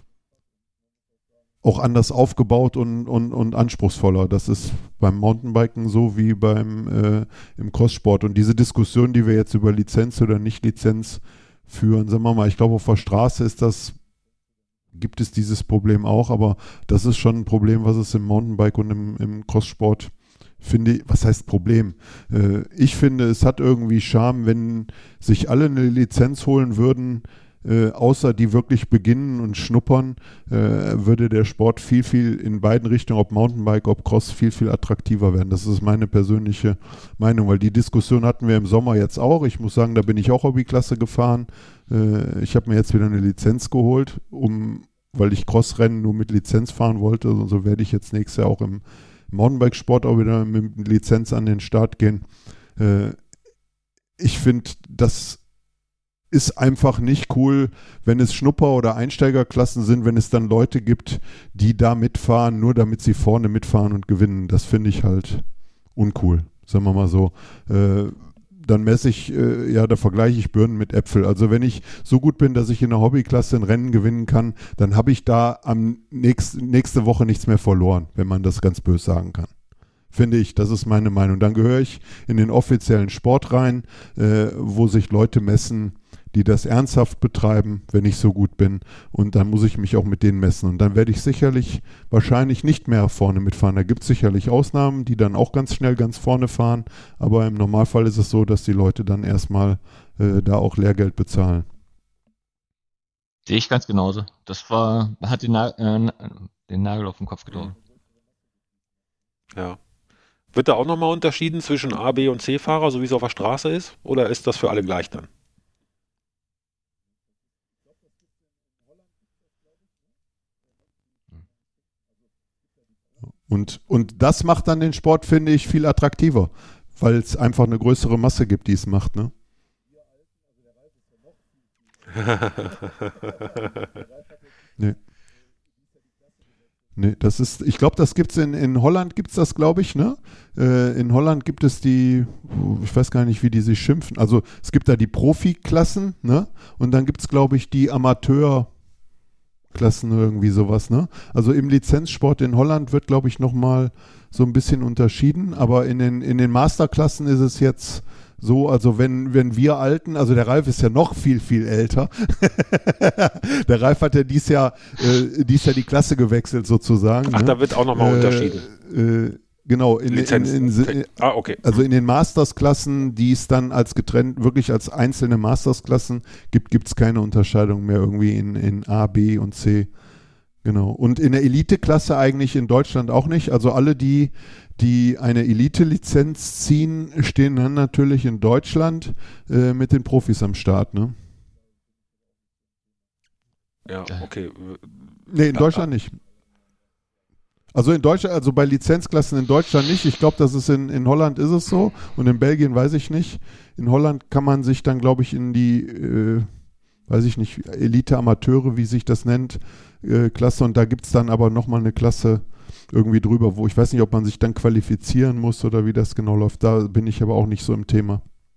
auch anders aufgebaut und anspruchsvoller. Das ist beim Mountainbiken so wie im Crosssport und diese Diskussion, die wir jetzt über Lizenz oder Nicht-Lizenz führen, sagen wir mal, ich glaube auf der Straße gibt es dieses Problem auch, aber das ist schon ein Problem, was es im Mountainbike und im Crosssport finde. Was heißt Problem? Ich finde, es hat irgendwie Charme, wenn sich alle eine Lizenz holen würden, außer die wirklich beginnen und schnuppern, würde der Sport viel, viel in beiden Richtungen, ob Mountainbike, ob Cross, viel, viel attraktiver werden. Das ist meine persönliche Meinung, weil die Diskussion hatten wir im Sommer jetzt auch. Ich muss sagen, da bin ich auch Hobbyklasse gefahren. Ich habe mir jetzt wieder eine Lizenz geholt, weil ich Crossrennen nur mit Lizenz fahren wollte. Und so werde ich jetzt nächstes Jahr auch im Mountainbike-Sport auch wieder mit Lizenz an den Start gehen. Ich finde, das ist einfach nicht cool, wenn es Schnupper- oder Einsteigerklassen sind, wenn es dann Leute gibt, die da mitfahren, nur damit sie vorne mitfahren und gewinnen. Das finde ich halt uncool, sagen wir mal so. Dann da vergleiche ich Birnen mit Äpfel. Also wenn ich so gut bin, dass ich in der Hobbyklasse ein Rennen gewinnen kann, dann habe ich da nächste Woche nichts mehr verloren, wenn man das ganz böse sagen kann. Finde ich, das ist meine Meinung. Dann gehöre ich in den offiziellen Sport rein, wo sich Leute messen, die das ernsthaft betreiben, wenn ich so gut bin. Und dann muss ich mich auch mit denen messen. Und dann werde ich wahrscheinlich nicht mehr vorne mitfahren. Da gibt es sicherlich Ausnahmen, die dann auch ganz schnell ganz vorne fahren. Aber im Normalfall ist es so, dass die Leute dann erstmal da auch Lehrgeld bezahlen. Sehe ich ganz genauso. Hat den Nagel auf den Kopf getroffen. Ja. Wird da auch nochmal unterschieden zwischen A, B und C-Fahrer, so wie es auf der Straße ist? Oder ist das für alle gleich dann? Und das macht dann den Sport, finde ich, viel attraktiver, weil es einfach eine größere Masse gibt, die es macht, ne? Nee. Nee, ich glaube, das gibt's in Holland gibt's das, glaube ich, ne? In Holland gibt es ich weiß gar nicht, wie die sich schimpfen. Also es gibt da die Profiklassen, ne? Und dann gibt's, glaube ich, die Amateurklassen, irgendwie sowas, ne? Also im Lizenzsport in Holland wird, glaube ich, nochmal so ein bisschen unterschieden, aber in den Masterklassen ist es jetzt so, also wenn wir Alten, also der Ralf ist ja noch viel, viel älter. Der Ralf hat ja dies Jahr die Klasse gewechselt sozusagen. Ach, ne? Da wird auch nochmal unterschieden. Genau, okay. Also in den Mastersklassen, die es dann wirklich als einzelne Mastersklassen gibt es keine Unterscheidung mehr irgendwie in A, B und C. Genau. Und in der Elite-Klasse eigentlich in Deutschland auch nicht. Also alle, die eine Elite-Lizenz ziehen, stehen dann natürlich in Deutschland mit den Profis am Start, ne? Ja, okay. Nee, in Deutschland nicht. Also in Deutschland, also bei Lizenzklassen in Deutschland nicht. Ich glaube, das ist in Holland ist es so und in Belgien weiß ich nicht. In Holland kann man sich dann, glaube ich, in die, weiß ich nicht, Elite-Amateure, wie sich das nennt, Klasse, und da gibt es dann aber nochmal eine Klasse irgendwie drüber, wo ich weiß nicht, ob man sich dann qualifizieren muss oder wie das genau läuft. Da bin ich aber auch nicht so im Thema.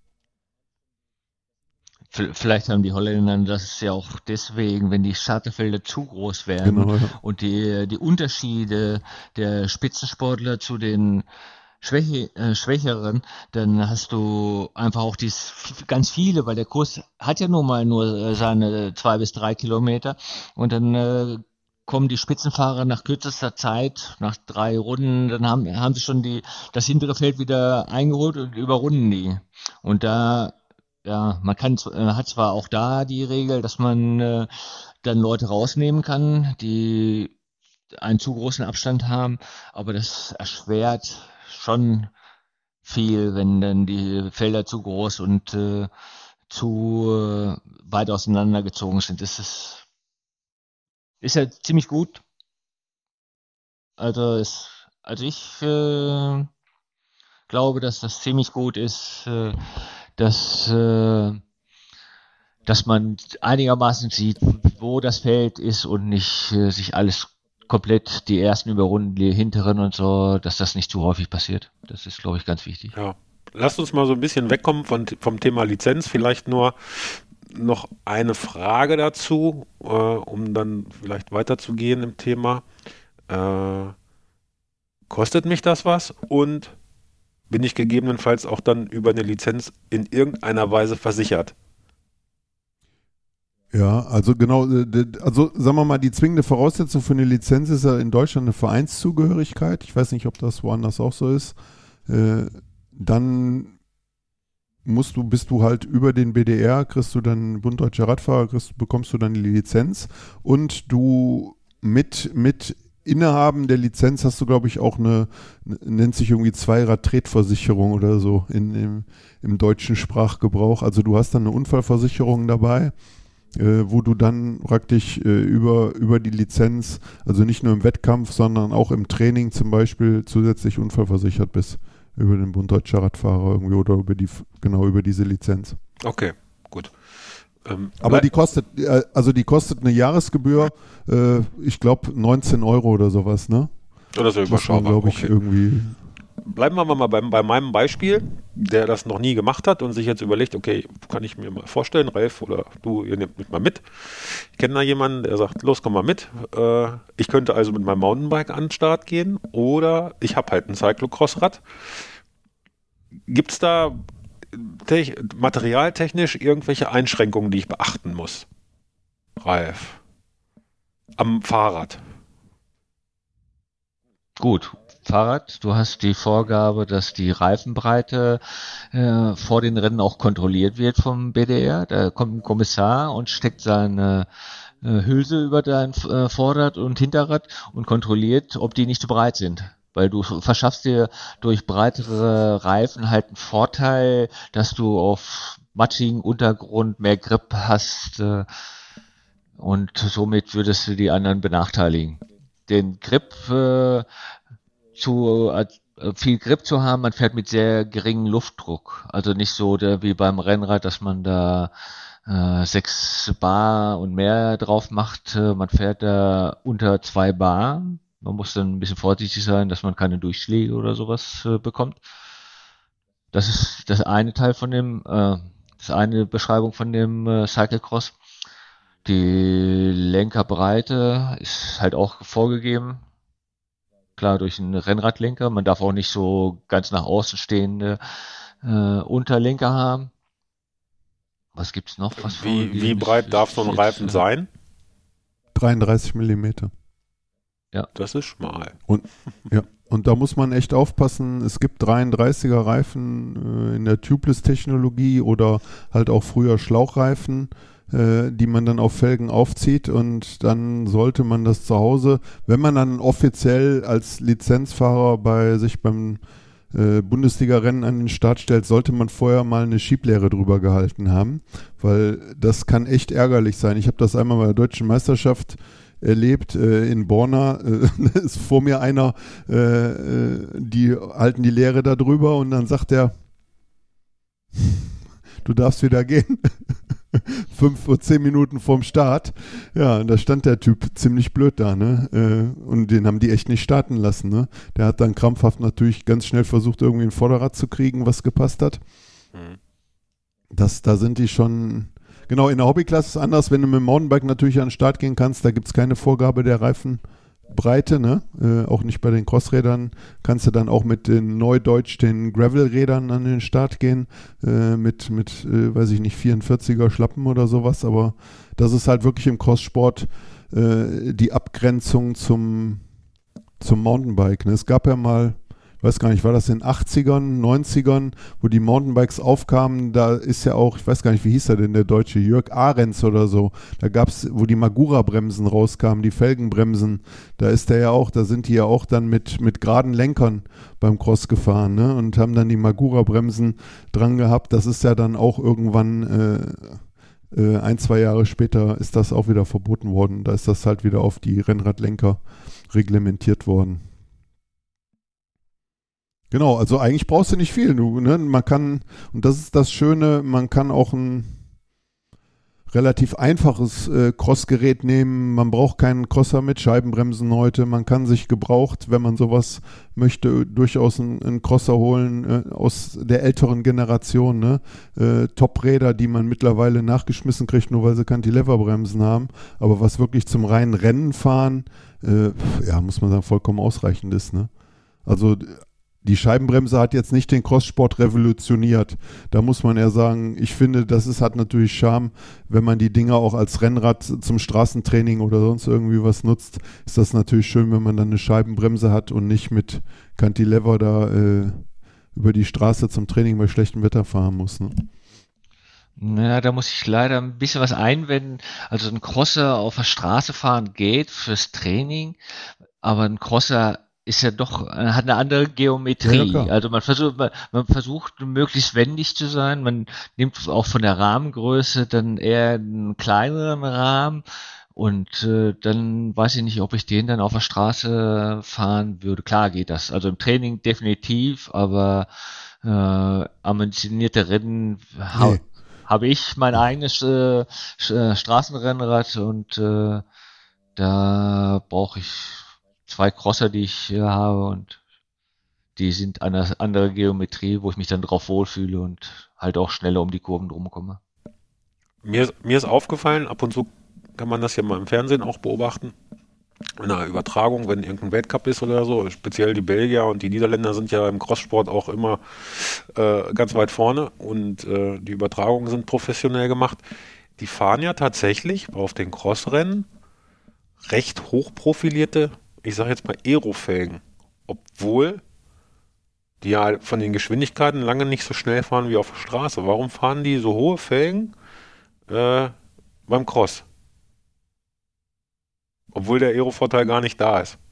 Vielleicht haben die Holländer das ja auch deswegen, wenn die Starterfelder zu groß werden, Genau, ja. und die Unterschiede der Spitzensportler zu den Schwächeren, dann hast du einfach auch ganz viele, weil der Kurs hat ja nun mal nur seine 2 bis 3 Kilometer, und dann kommen die Spitzenfahrer nach kürzester Zeit, nach 3 Runden, dann haben sie schon das hintere Feld wieder eingeholt und überrunden die. Und man hat zwar auch da die Regel, dass man dann Leute rausnehmen kann, die einen zu großen Abstand haben, aber das erschwert schon viel, wenn dann die Felder zu groß und zu weit auseinandergezogen sind. Das ist ja ziemlich gut. Also ich glaube, dass das ziemlich gut ist, dass man einigermaßen sieht, wo das Feld ist und nicht sich alles komplett die ersten überrunden, die hinteren und so, dass das nicht zu häufig passiert. Das ist, glaube ich, ganz wichtig. Ja. Lasst uns mal so ein bisschen wegkommen vom Thema Lizenz. Vielleicht nur noch eine Frage dazu, um dann vielleicht weiterzugehen im Thema. Kostet mich das was? Und bin ich gegebenenfalls auch dann über eine Lizenz in irgendeiner Weise versichert? Ja, also genau, also sagen wir mal, die zwingende Voraussetzung für eine Lizenz ist ja in Deutschland eine Vereinszugehörigkeit. Ich weiß nicht, ob das woanders auch so ist. Dann bist du halt über den BDR, kriegst du dann Bund Deutscher Radfahrer, bekommst du dann die Lizenz, und du mit Innehaben der Lizenz hast du, glaube ich, auch nennt sich irgendwie Zweirad-Tretversicherung oder so im deutschen Sprachgebrauch. Also du hast dann eine Unfallversicherung dabei, wo du dann praktisch über die Lizenz, also nicht nur im Wettkampf, sondern auch im Training zum Beispiel zusätzlich unfallversichert bist. Über den Bund Deutscher Radfahrer irgendwie oder über diese Lizenz. Okay, gut. Aber die kostet eine Jahresgebühr, ich glaube 19 Euro oder sowas, ne? Oder so überschaubar. Glaube ich, okay. Irgendwie. Bleiben wir mal bei meinem Beispiel, der das noch nie gemacht hat und sich jetzt überlegt, okay, kann ich mir mal vorstellen, Ralf oder du, ihr nehmt mich mal mit. Ich kenne da jemanden, der sagt, los, komm mal mit. Ich könnte also mit meinem Mountainbike an den Start gehen oder ich habe halt ein Cyclocross-Rad. Gibt es da materialtechnisch irgendwelche Einschränkungen, die ich beachten muss? Ralf. Am Fahrrad. Gut, Fahrrad, du hast die Vorgabe, dass die Reifenbreite vor den Rennen auch kontrolliert wird vom BDR. Da kommt ein Kommissar und steckt seine Hülse über dein Vorrad und Hinterrad und kontrolliert, ob die nicht zu breit sind. Weil du verschaffst dir durch breitere Reifen halt einen Vorteil, dass du auf matschigen Untergrund mehr Grip hast und somit würdest du die anderen benachteiligen. Den Grip viel Grip zu haben, man fährt mit sehr geringem Luftdruck. Also nicht so wie beim Rennrad, dass man da 6 Bar und mehr drauf macht. Man fährt da unter 2 Bar. Man muss dann ein bisschen vorsichtig sein, dass man keine Durchschläge oder sowas bekommt. Das ist das eine Teil von das eine Beschreibung von dem Cyclocross. Die Lenkerbreite ist halt auch vorgegeben. Klar, durch einen Rennradlenker. Man darf auch nicht so ganz nach außen stehende Unterlenker haben. Was gibt's noch? Wie breit darf so ein Reifen sein? 33 Millimeter. Ja. Das ist schmal. Und da muss man echt aufpassen. Es gibt 33er Reifen in der Tubeless-Technologie oder halt auch früher Schlauchreifen, die man dann auf Felgen aufzieht, und dann sollte man das zu Hause, wenn man dann offiziell als Lizenzfahrer bei sich beim Bundesliga-Rennen an den Start stellt, sollte man vorher mal eine Schieblehre drüber gehalten haben, weil das kann echt ärgerlich sein. Ich habe das einmal bei der Deutschen Meisterschaft erlebt in Borna, ist vor mir einer, die halten die Lehre da drüber und dann sagt er, du darfst wieder gehen. 5 oder 10 Minuten vorm Start. Ja, und da stand der Typ ziemlich blöd da, ne? Und den haben die echt nicht starten lassen, ne? Der hat dann krampfhaft natürlich ganz schnell versucht, irgendwie ein Vorderrad zu kriegen, was gepasst hat. Da sind die schon. Genau, in der Hobbyklasse ist es anders, wenn du mit dem Mountainbike natürlich an den Start gehen kannst, da gibt es keine Vorgabe der Reifenbreite, ne? Auch nicht bei den Crossrädern kannst du dann auch mit den Neudeutsch, den Gravelrädern an den Start gehen, mit weiß ich nicht, 44er Schlappen oder sowas, aber das ist halt wirklich im Crosssport die Abgrenzung zum Mountainbike, ne? Es gab ja mal, ich weiß gar nicht, war das in den 80ern, 90ern, wo die Mountainbikes aufkamen, da ist ja auch, ich weiß gar nicht, wie hieß er denn, der Deutsche, Jörg Ahrens oder so, da gab es, wo die Magura-Bremsen rauskamen, die Felgenbremsen, da sind die ja auch dann mit geraden Lenkern beim Cross gefahren, ne, und haben dann die Magura-Bremsen dran gehabt, das ist ja dann auch irgendwann 1-2 Jahre später ist das auch wieder verboten worden, da ist das halt wieder auf die Rennradlenker reglementiert worden. Genau, also eigentlich brauchst du nicht viel. Man kann, und das ist das Schöne, man kann auch ein relativ einfaches Crossgerät nehmen. Man braucht keinen Crosser mit Scheibenbremsen heute. Man kann sich gebraucht, wenn man sowas möchte, durchaus einen Crosser holen aus der älteren Generation. Ne? Top-Räder, die man mittlerweile nachgeschmissen kriegt, nur weil sie Cantilever-Bremsen haben. Aber was wirklich zum reinen Rennen fahren, muss man sagen, vollkommen ausreichend ist. Ne? Also die Scheibenbremse hat jetzt nicht den Crosssport revolutioniert. Da muss man eher sagen, ich finde, hat natürlich Charme, wenn man die Dinger auch als Rennrad zum Straßentraining oder sonst irgendwie was nutzt, ist das natürlich schön, wenn man dann eine Scheibenbremse hat und nicht mit Cantilever da über die Straße zum Training bei schlechtem Wetter fahren muss. Ne? Naja, da muss ich leider ein bisschen was einwenden. Also ein Crosser auf der Straße fahren geht fürs Training, aber ein Crosser ist ja doch, hat eine andere Geometrie. Ja, also man versucht möglichst wendig zu sein. Man nimmt auch von der Rahmengröße dann eher einen kleineren Rahmen. Und dann weiß ich nicht, ob ich den dann auf der Straße fahren würde. Klar geht das. Also im Training definitiv, aber ambitionierte Rennen habe ich mein eigenes Straßenrennrad und da brauche ich 2 Crosser, die ich hier habe, und die sind eine andere Geometrie, wo ich mich dann drauf wohlfühle und halt auch schneller um die Kurven drum komme. Mir ist aufgefallen, ab und zu kann man das ja mal im Fernsehen auch beobachten, in einer Übertragung, wenn irgendein Weltcup ist oder so. Speziell die Belgier und die Niederländer sind ja im Crosssport auch immer ganz weit vorne und die Übertragungen sind professionell gemacht. Die fahren ja tatsächlich auf den Crossrennen recht hochprofilierte, ich sage jetzt mal Aerofelgen, obwohl die ja von den Geschwindigkeiten lange nicht so schnell fahren wie auf der Straße. Warum fahren die so hohe Felgen beim Cross? Obwohl der Aero-Vorteil gar nicht da ist.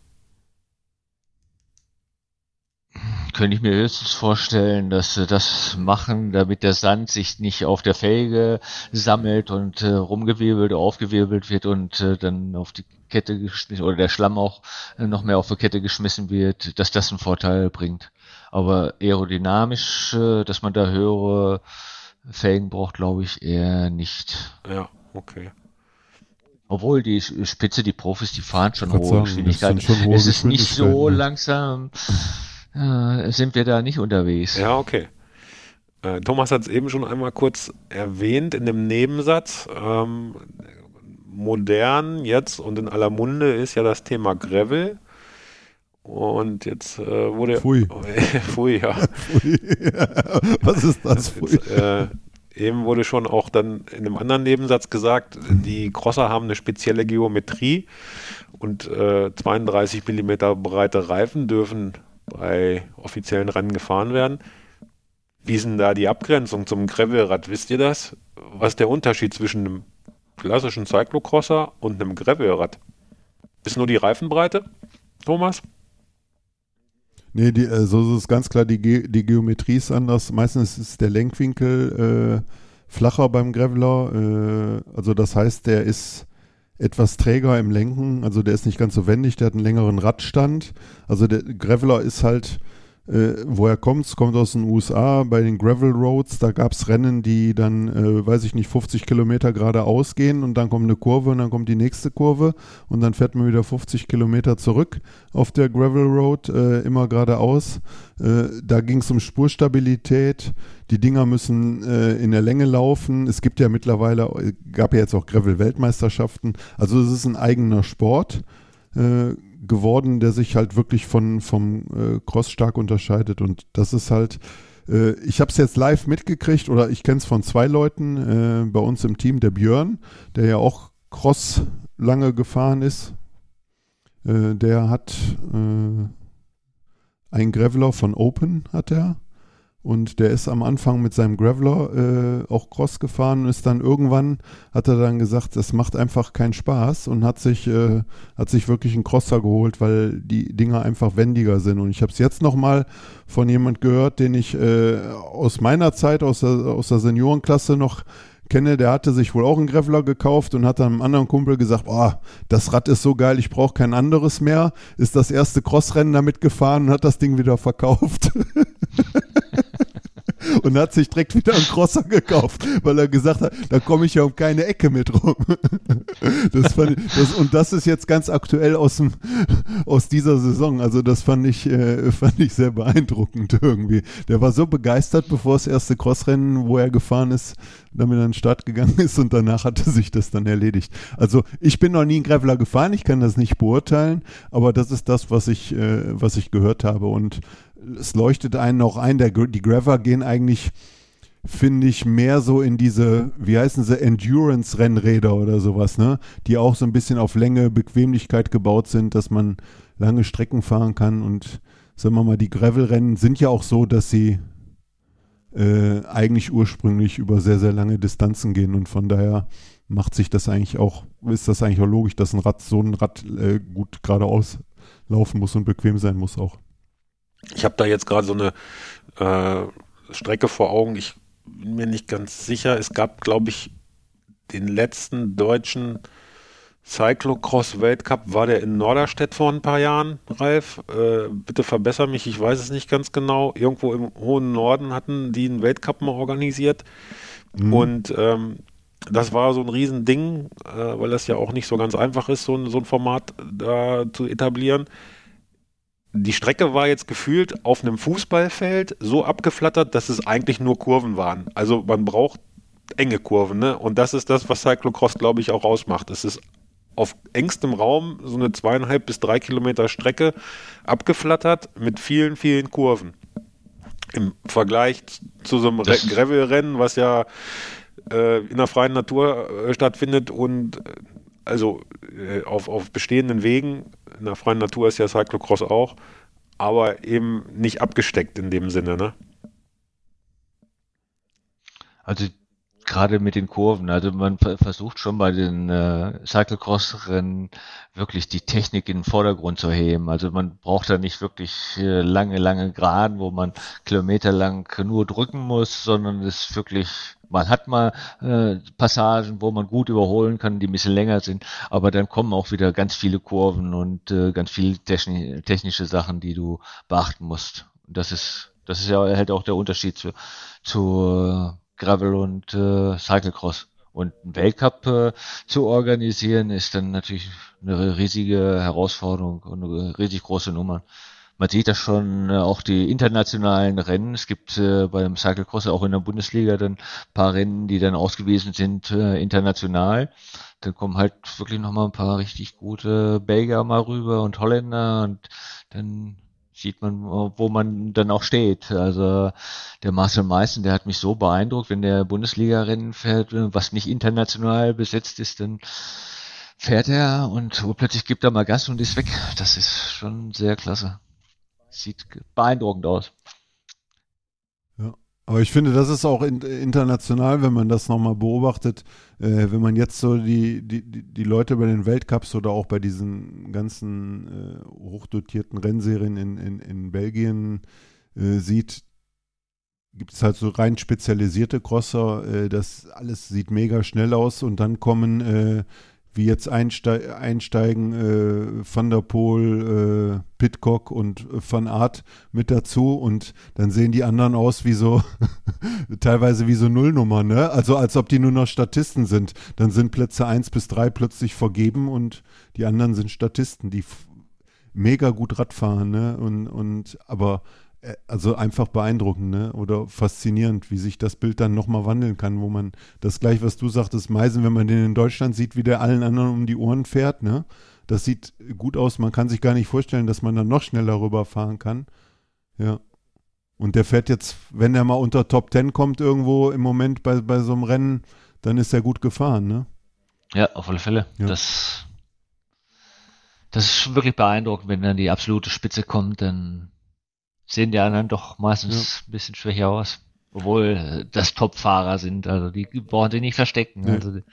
Könnte ich mir höchstens vorstellen, dass sie das machen, damit der Sand sich nicht auf der Felge sammelt und rumgewirbelt, aufgewirbelt wird und dann auf die Kette geschmissen oder der Schlamm auch noch mehr auf die Kette geschmissen wird, dass das einen Vorteil bringt. Aber aerodynamisch, dass man da höhere Felgen braucht, glaube ich eher nicht. Ja, okay. Obwohl die Spitze, die Profis, die fahren schon Ich würd hohe sagen, Geschwindigkeiten. das sind schon hohe Es ist nicht so Geschwindigkeiten, ne? langsam, sind wir da nicht unterwegs. Ja, okay. Thomas hat es eben schon einmal kurz erwähnt in dem Nebensatz. Modern jetzt und in aller Munde ist ja das Thema Gravel. Und jetzt wurde... Pfui. Pfui, ja. Pfui. Was ist das? Pfui. Jetzt, eben wurde schon auch dann in einem anderen Nebensatz gesagt, die Crosser haben eine spezielle Geometrie und 32 mm breite Reifen dürfen bei offiziellen Rennen gefahren werden. Wie ist denn da die Abgrenzung zum Gravelrad? Wisst ihr das? Was ist der Unterschied zwischen einem klassischen Cyclocrosser und einem Gravelrad? Ist nur die Reifenbreite, Thomas? Nee, so ist es ganz klar, die Geometrie ist anders. Meistens ist der Lenkwinkel flacher beim Graveler. Also das heißt, der ist etwas träger im Lenken. Also der ist nicht ganz so wendig, der hat einen längeren Radstand. Also der Graveler ist halt, woher kommt's? Kommt aus den USA bei den Gravel Roads. Da gab es Rennen, die dann, weiß ich nicht, 50 Kilometer geradeaus gehen und dann kommt eine Kurve und dann kommt die nächste Kurve und dann fährt man wieder 50 Kilometer zurück auf der Gravel Road, immer geradeaus. Da ging es um Spurstabilität. Die Dinger müssen in der Länge laufen. Es gibt ja mittlerweile, gab ja jetzt auch Gravel-Weltmeisterschaften. Also es ist ein eigener Sport geworden, der sich halt wirklich vom Cross stark unterscheidet. Und das ist halt, ich habe es jetzt live mitgekriegt oder ich kenne es von 2 Leuten bei uns im Team, der Björn, der ja auch Cross lange gefahren ist. Der hat einen Graveler von Open, hat er. Und der ist am Anfang mit seinem Graveler auch Cross gefahren und ist dann irgendwann, hat er dann gesagt, das macht einfach keinen Spaß und hat sich wirklich einen Crosser geholt, weil die Dinger einfach wendiger sind. Und ich habe es jetzt nochmal von jemand gehört, den ich aus meiner Zeit, aus der Seniorenklasse noch kenne, der hatte sich wohl auch einen Graveler gekauft und hat dann einem anderen Kumpel gesagt, das Rad ist so geil, ich brauche kein anderes mehr. Ist das erste Crossrennen damit gefahren und hat das Ding wieder verkauft. Und hat sich direkt wieder einen Crosser gekauft, weil er gesagt hat, da komme ich ja um keine Ecke mit rum. Und das ist jetzt ganz aktuell aus dieser Saison. Also das fand ich sehr beeindruckend irgendwie. Der war so begeistert, bevor das erste Crossrennen, wo er gefahren ist, damit er an den Start gegangen ist und danach hatte sich das dann erledigt. Also ich bin noch nie einen Graveler gefahren, ich kann das nicht beurteilen, aber das ist das, was ich gehört habe und es leuchtet einen auch ein, die Graveler gehen eigentlich, finde ich, mehr so in diese, wie heißen sie, Endurance-Rennräder oder sowas, ne? Die auch so ein bisschen auf Länge, Bequemlichkeit gebaut sind, dass man lange Strecken fahren kann und sagen wir mal, die Gravel-Rennen sind ja auch so, dass sie eigentlich ursprünglich über sehr, sehr lange Distanzen gehen und von daher ist das eigentlich auch logisch, dass so ein Rad gut geradeaus laufen muss und bequem sein muss auch. Ich habe da jetzt gerade so eine Strecke vor Augen. Ich bin mir nicht ganz sicher. Es gab, glaube ich, den letzten deutschen Cyclocross-Weltcup. War der in Norderstedt vor ein paar Jahren, Ralf? Bitte verbessere mich, ich weiß es nicht ganz genau. Irgendwo im hohen Norden hatten die einen Weltcup mal organisiert. Mhm. Und das war so ein Riesending, weil das ja auch nicht so ganz einfach ist, so ein Format da zu etablieren. Die Strecke war jetzt gefühlt auf einem Fußballfeld so abgeflattert, dass es eigentlich nur Kurven waren. Also man braucht enge Kurven, ne? Und das ist das, was Cyclocross, glaube ich, auch ausmacht. Es ist auf engstem Raum so eine 2,5 bis 3 Kilometer Strecke abgeflattert mit vielen, vielen Kurven. Im Vergleich zu so einem Gravel-Rennen, was ja in der freien Natur stattfindet und auf bestehenden Wegen. In der freien Natur ist ja Cyclocross auch, aber eben nicht abgesteckt in dem Sinne, ne? Also gerade mit den Kurven, also man versucht schon bei den Cyclocross-Rennen wirklich die Technik in den Vordergrund zu heben. Also man braucht da nicht wirklich lange Geraden, wo man kilometerlang nur drücken muss, sondern es ist wirklich, man hat mal Passagen, wo man gut überholen kann, die ein bisschen länger sind, aber dann kommen auch wieder ganz viele Kurven und ganz viele technische Sachen, die du beachten musst. Das ist ja halt auch der Unterschied zu Gravel und Cyclocross. Und einen Weltcup zu organisieren, ist dann natürlich eine riesige Herausforderung und eine riesig große Nummer. Man sieht das schon, auch die internationalen Rennen. Es gibt beim Cyclocross auch in der Bundesliga dann ein paar Rennen, die dann ausgewiesen sind international. Dann kommen halt wirklich nochmal ein paar richtig gute Belgier mal rüber und Holländer und dann sieht man, wo man dann auch steht. Also der Marcel Meissen, der hat mich so beeindruckt, wenn der Bundesliga-Rennen fährt, was nicht international besetzt ist, dann fährt er und plötzlich gibt er mal Gas und ist weg. Das ist schon sehr klasse. Sieht beeindruckend aus. Ja, aber ich finde, das ist auch international, wenn man das nochmal beobachtet, wenn man jetzt so die Leute bei den Weltcups oder auch bei diesen ganzen hochdotierten Rennserien in Belgien sieht, gibt es halt so rein spezialisierte Crosser, das alles sieht mega schnell aus und dann kommen wie jetzt einsteigen Van der Poel, Pidcock und Van Aert mit dazu und dann sehen die anderen aus wie so, teilweise wie so Nullnummern, ne? Also als ob die nur noch Statisten sind. Dann sind Plätze 1 bis 3 plötzlich vergeben und die anderen sind Statisten, die mega gut Rad fahren, ne? Aber also einfach beeindruckend, ne? Oder faszinierend, wie sich das Bild dann nochmal wandeln kann, wo man das gleich, was du sagtest, Meisen, wenn man den in Deutschland sieht, wie der allen anderen um die Ohren fährt, ne? Das sieht gut aus, man kann sich gar nicht vorstellen, dass man dann noch schneller rüberfahren kann. Ja. Und der fährt jetzt, wenn er mal unter Top 10 kommt irgendwo im Moment bei so einem Rennen, dann ist er gut gefahren, ne? Ja, auf alle Fälle. Ja. Das ist schon wirklich beeindruckend, wenn dann die absolute Spitze kommt, dann sehen die anderen doch meistens ein bisschen schwächer aus. Obwohl das Top-Fahrer sind, also die brauchen sich nicht verstecken. Ja. Also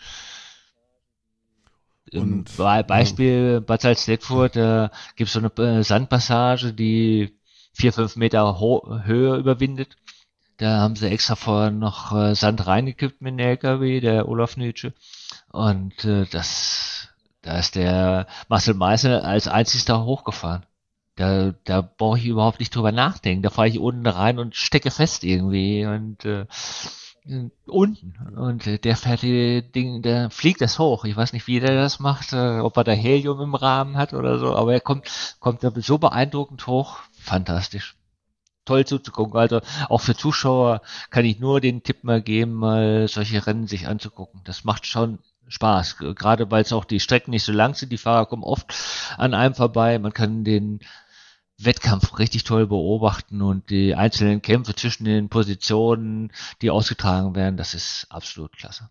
Beispiel Bad Salzdetfurt, da gibt es so eine Sandpassage, die 4-5 Meter Höhe überwindet. Da haben sie extra vorher noch Sand reingekippt mit dem LKW, der Olaf Nütsche. Und da ist der Marcel Meissen als einzigster hochgefahren. Da brauche ich überhaupt nicht drüber nachdenken. Da fahre ich unten rein und stecke fest irgendwie und unten. Und der fährt der fliegt das hoch. Ich weiß nicht, wie der das macht, ob er da Helium im Rahmen hat oder so, aber er kommt da so beeindruckend hoch. Fantastisch. Toll zuzugucken. Also auch für Zuschauer kann ich nur den Tipp mal geben, mal solche Rennen sich anzugucken. Das macht schon Spaß. Gerade weil es auch die Strecken nicht so lang sind. Die Fahrer kommen oft an einem vorbei. Man kann den Wettkampf richtig toll beobachten und die einzelnen Kämpfe zwischen den Positionen, die ausgetragen werden, das ist absolut klasse.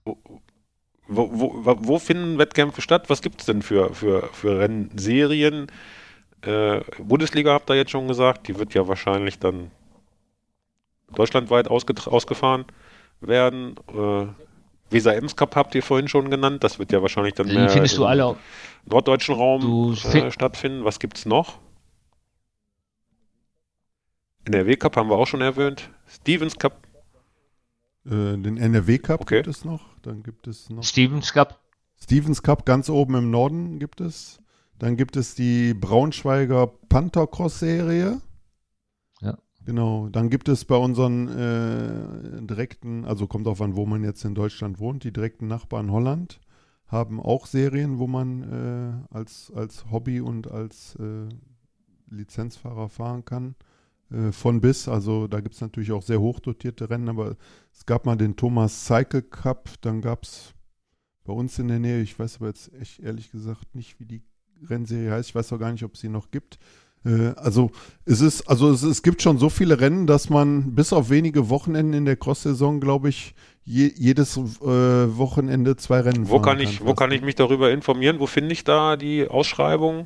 Wo finden Wettkämpfe statt? Was gibt es denn für Rennserien? Bundesliga habt ihr jetzt schon gesagt, die wird ja wahrscheinlich dann deutschlandweit ausgefahren werden. Weser Ems Cup habt ihr vorhin schon genannt, das wird ja wahrscheinlich dann mehr im norddeutschen Raum stattfinden. Was gibt's noch? NRW Cup haben wir auch schon erwähnt. Stevens Cup. Den NRW Cup gibt es noch. Dann gibt es noch Stevens Cup. Stevens Cup ganz oben im Norden gibt es. Dann gibt es die Braunschweiger Panthercross-Serie. Ja. Genau. Dann gibt es bei unseren direkten, also kommt auf an, wo man jetzt in Deutschland wohnt, die direkten Nachbarn Holland haben auch Serien, wo man als Hobby und als Lizenzfahrer fahren kann. Von bis, also da gibt es natürlich auch sehr hochdotierte Rennen, aber es gab mal den Thomas Cycle Cup, dann gab es bei uns in der Nähe. Ich weiß aber jetzt echt ehrlich gesagt nicht, wie die Rennserie heißt. Ich weiß auch gar nicht, ob es sie noch gibt. Es gibt schon so viele Rennen, dass man bis auf wenige Wochenenden in der Cross-Saison, glaube ich, jedes Wochenende 2 Rennen fahren kann. Wo kann ich mich darüber informieren? Wo finde ich da die Ausschreibung?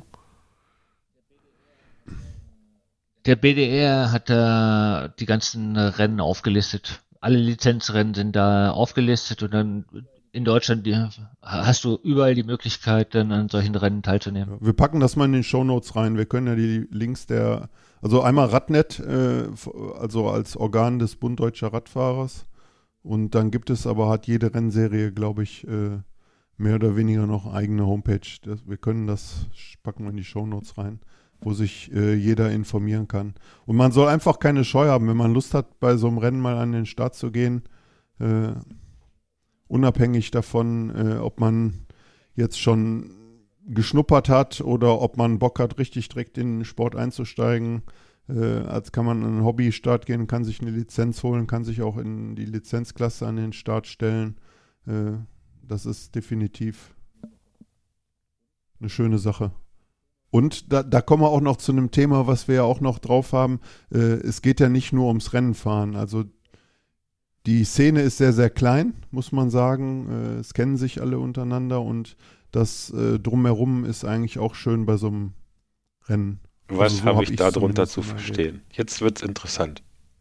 Der BDR hat da die ganzen Rennen aufgelistet. Alle Lizenzrennen sind da aufgelistet und dann in Deutschland hast du überall die Möglichkeit, dann an solchen Rennen teilzunehmen. Wir packen das mal in den Shownotes rein. Wir können ja die Links also einmal Radnet, also als Organ des Bund Deutscher Radfahrers. Und dann hat jede Rennserie, glaube ich, mehr oder weniger noch eine eigene Homepage. Wir können das packen wir in die Shownotes rein, wo sich jeder informieren kann. Und man soll einfach keine Scheu haben, wenn man Lust hat, bei so einem Rennen mal an den Start zu gehen, unabhängig davon, ob man jetzt schon geschnuppert hat oder ob man Bock hat, richtig direkt in den Sport einzusteigen. Als kann man an einen Hobbystart gehen, kann sich eine Lizenz holen, kann sich auch in die Lizenzklasse an den Start stellen. Das ist definitiv eine schöne Sache. Und da kommen wir auch noch zu einem Thema, was wir ja auch noch drauf haben. Es geht ja nicht nur ums Rennenfahren. Also die Szene ist sehr, sehr klein, muss man sagen. Es kennen sich alle untereinander und das Drumherum ist eigentlich auch schön bei so einem Rennen. Was also so habe ich da drunter zu verstehen? Jetzt wird's interessant.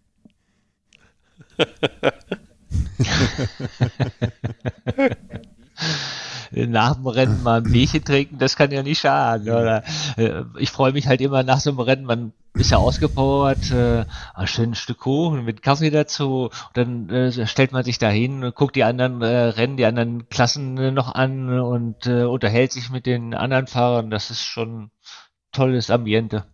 Nach dem Rennen mal ein Bierchen trinken, das kann ja nicht schaden. Oder? Ich freue mich halt immer nach so einem Rennen, man ist ja ausgepowert, schön ein Stück Kuchen mit Kaffee dazu. Und dann stellt man sich da hin und guckt die anderen Rennen, die anderen Klassen noch an und unterhält sich mit den anderen Fahrern. Das ist schon tolles Ambiente.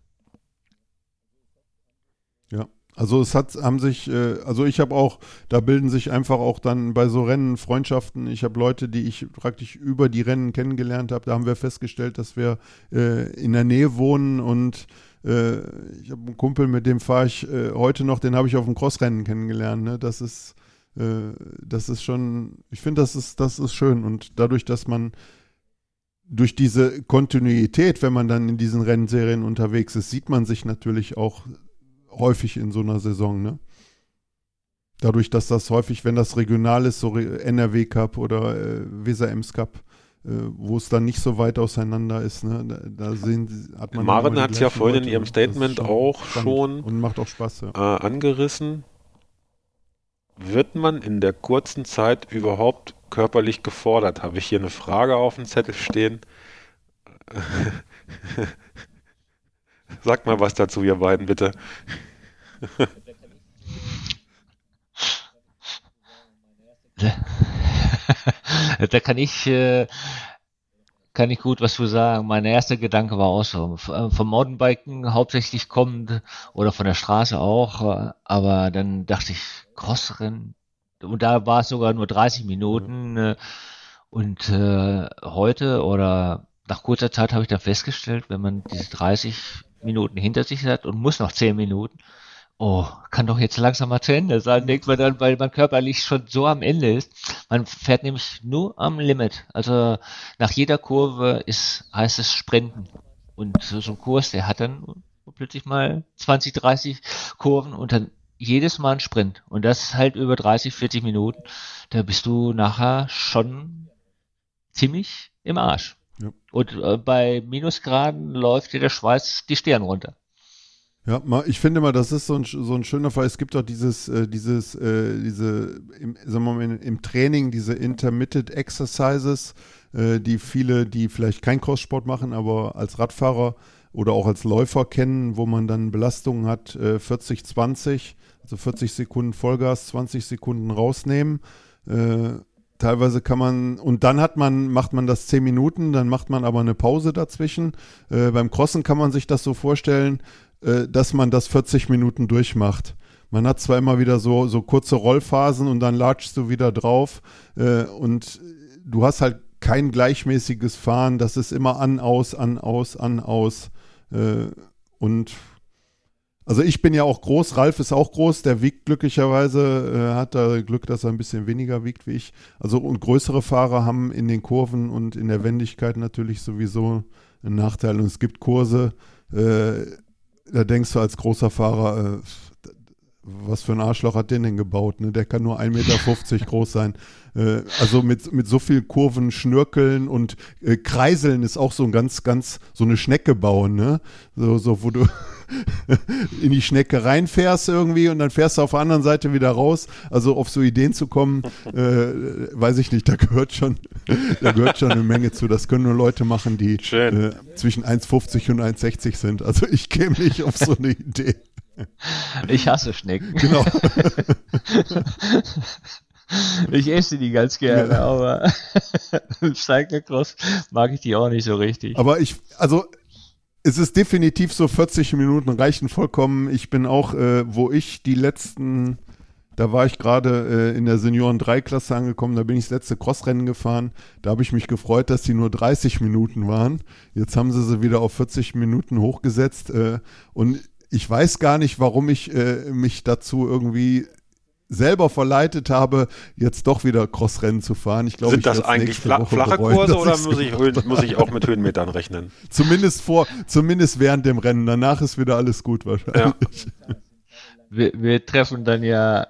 Ja, also ich habe auch, da bilden sich einfach auch dann bei so Rennen Freundschaften. Ich habe Leute, die ich praktisch über die Rennen kennengelernt habe. Da haben wir festgestellt, dass wir in der Nähe wohnen und ich habe einen Kumpel, mit dem fahre ich heute noch, den habe ich auf dem Crossrennen kennengelernt. Ne? Das ist schon, ich finde, das ist schön und dadurch, dass man durch diese Kontinuität, wenn man dann in diesen Rennserien unterwegs ist, sieht man sich natürlich auch häufig in so einer Saison, ne? Dadurch, dass das häufig, wenn das regional ist, so NRW Cup oder Weser-Ems Cup, wo es dann nicht so weit auseinander ist, ne? Hat man Maren hat es ja vorhin in ihrem Statement auch schon und macht auch Spaß, ja. Angerissen. Wird man in der kurzen Zeit überhaupt körperlich gefordert? Habe ich hier eine Frage auf dem Zettel stehen? Sagt mal was dazu, ihr beiden, bitte. Da kann ich gut was zu sagen. Mein erster Gedanke war auch so, vom Mountainbiken hauptsächlich kommend oder von der Straße auch, aber dann dachte ich, Crossrennen, und da war es sogar nur 30 Minuten und heute oder nach kurzer Zeit habe ich dann festgestellt, wenn man diese 30 Minuten hinter sich hat und muss noch 10 Minuten, kann doch jetzt langsam mal zu Ende sein, denkt man dann, weil man körperlich schon so am Ende ist. Man fährt nämlich nur am Limit. Also nach jeder Kurve heißt es Sprinten. Und so ein Kurs, der hat dann plötzlich mal 20, 30 Kurven und dann jedes Mal ein Sprint. Und das halt über 30, 40 Minuten. Da bist du nachher schon ziemlich im Arsch. Ja. Und bei Minusgraden läuft dir der Schweiß die Stirn runter. Ja, ich finde mal, das ist so ein schöner Fall. Es gibt doch im Training diese Intermittent Exercises, die viele, die vielleicht keinen Crosssport machen, aber als Radfahrer oder auch als Läufer kennen, wo man dann Belastungen hat, 40-20, also 40 Sekunden Vollgas, 20 Sekunden rausnehmen. Teilweise und dann macht man das 10 Minuten, dann macht man aber eine Pause dazwischen. Beim Crossen kann man sich das so vorstellen, dass man das 40 Minuten durchmacht. Man hat zwar immer wieder so kurze Rollphasen und dann latschst du wieder drauf und du hast halt kein gleichmäßiges Fahren, das ist immer an, aus, an, aus, an, aus und Also ich bin ja auch groß, Ralf ist auch groß, der wiegt glücklicherweise, hat da Glück, dass er ein bisschen weniger wiegt wie ich. Also und größere Fahrer haben in den Kurven und in der Wendigkeit natürlich sowieso einen Nachteil. Und es gibt Kurse, da denkst du als großer Fahrer, was für ein Arschloch hat den denn gebaut? Ne? Der kann nur 1,50 Meter groß sein. Also mit so viel Kurven schnörkeln und kreiseln ist auch so ein ganz, so eine Schnecke bauen. Ne? So wo du in die Schnecke reinfährst irgendwie und dann fährst du auf der anderen Seite wieder raus. Also auf so Ideen zu kommen, weiß ich nicht, da gehört schon eine Menge zu. Das können nur Leute machen, die zwischen 1,50 und 1,60 sind. Also ich käme nicht auf so eine Idee. Ich hasse Schnecken. Genau. Ich esse die ganz gerne, aber im Cyclocross mag ich die auch nicht so richtig. Aber es ist definitiv so, 40 Minuten reichen vollkommen. Ich bin auch, da war ich gerade in der Senioren-3-Klasse angekommen, da bin ich das letzte Crossrennen gefahren. Da habe ich mich gefreut, dass die nur 30 Minuten waren. Jetzt haben sie wieder auf 40 Minuten hochgesetzt. Und ich weiß gar nicht, warum ich mich dazu irgendwie selber verleitet habe, jetzt doch wieder Crossrennen zu fahren. Ich glaube, sind das eigentlich flache Kurse oder muss ich auch mit Höhenmetern rechnen? Zumindest während dem Rennen. Danach ist wieder alles gut wahrscheinlich. Ja. Wir treffen dann ja.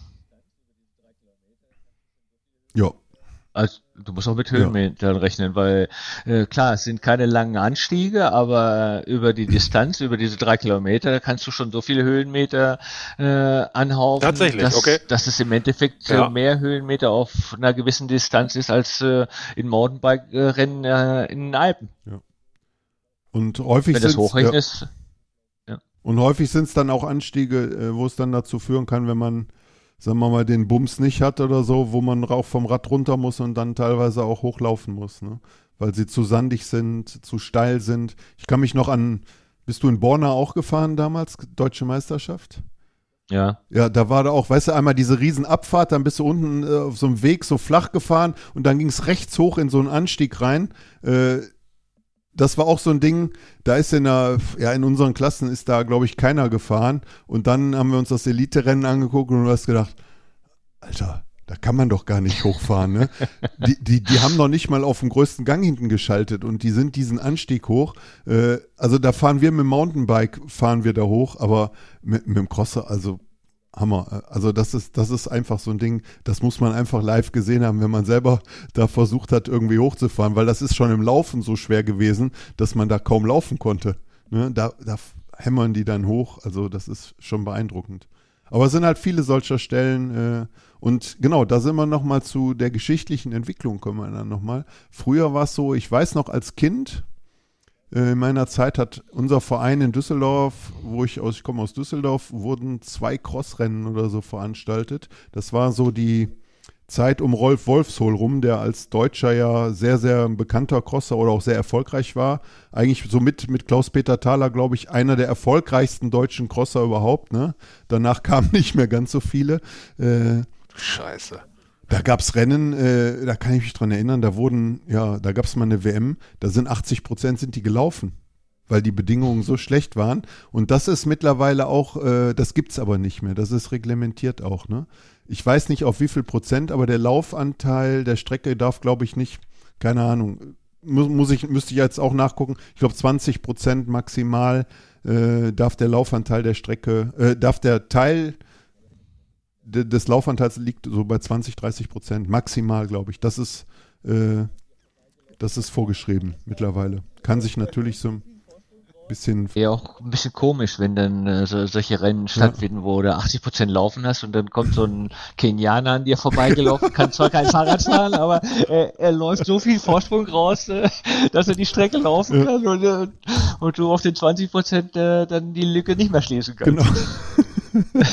Ja. Also, du musst auch mit Höhenmetern rechnen, weil klar, es sind keine langen Anstiege, aber über die Distanz, über diese 3 Kilometer, da kannst du schon so viele Höhenmeter anhaufen, tatsächlich, dass es im Endeffekt mehr Höhenmeter auf einer gewissen Distanz ist als in Mountainbike-Rennen in den Alpen. Ja. Und häufig wenn das hochrechnest. Ja. Und häufig sind es dann auch Anstiege, wo es dann dazu führen kann, wenn man, sagen wir mal, den Bums nicht hat oder so, wo man auch vom Rad runter muss und dann teilweise auch hochlaufen muss, ne? Weil sie zu sandig sind, zu steil sind. Ich kann mich noch bist du in Borna auch gefahren damals, Deutsche Meisterschaft? Ja. Ja, da war da auch, weißt du, einmal diese Riesenabfahrt, dann bist du unten auf so einem Weg so flach gefahren und dann ging es rechts hoch in so einen Anstieg rein. Das war auch so ein Ding, da ist in unseren Klassen ist da, glaube ich, keiner gefahren. Und dann haben wir uns das Elite-Rennen angeguckt und du hast gedacht, Alter, da kann man doch gar nicht hochfahren, ne? Die haben noch nicht mal auf dem größten Gang hinten geschaltet und die sind diesen Anstieg hoch. Also da fahren wir mit dem Mountainbike, da hoch, aber mit dem Crosser, also Hammer. Also das ist einfach so ein Ding, das muss man einfach live gesehen haben, wenn man selber da versucht hat, irgendwie hochzufahren, weil das ist schon im Laufen so schwer gewesen, dass man da kaum laufen konnte. Ne? Da hämmern die dann hoch, also das ist schon beeindruckend. Aber es sind halt viele solcher Stellen und genau, da sind wir nochmal zu der geschichtlichen Entwicklung, kommen wir dann nochmal. Früher war es so, ich weiß noch als Kind, in meiner Zeit hat unser Verein in Düsseldorf, ich komme aus Düsseldorf, wurden 2 Crossrennen oder so veranstaltet. Das war so die Zeit um Rolf Wolfshohl rum, der als Deutscher ja sehr, sehr bekannter Crosser oder auch sehr erfolgreich war. Eigentlich so mit Klaus-Peter Thaler, glaube ich, einer der erfolgreichsten deutschen Crosser überhaupt. Ne? Danach kamen nicht mehr ganz so viele. Scheiße. Da gab es Rennen, da kann ich mich dran erinnern, da gab es mal eine WM, da sind 80% sind die gelaufen, weil die Bedingungen so schlecht waren. Und das ist mittlerweile auch, das gibt es aber nicht mehr, das ist reglementiert auch, ne? Ich weiß nicht auf wie viel Prozent, aber der Laufanteil der Strecke darf, glaube ich, nicht, keine Ahnung, müsste ich jetzt auch nachgucken, ich glaube 20% maximal darf der Laufanteil der Strecke, darf der Teil des Laufanteils liegt so bei 20-30% maximal, glaube ich. Das ist vorgeschrieben mittlerweile. Kann sich natürlich so ein bisschen... Ja, auch ein bisschen komisch, wenn dann solche Rennen stattfinden, wo du 80% laufen hast und dann kommt so ein Kenianer an dir vorbeigelaufen, kann zwar kein Fahrrad fahren, aber er läuft so viel Vorsprung raus, dass er die Strecke laufen kann und du auf den 20% dann die Lücke nicht mehr schließen kannst. Genau.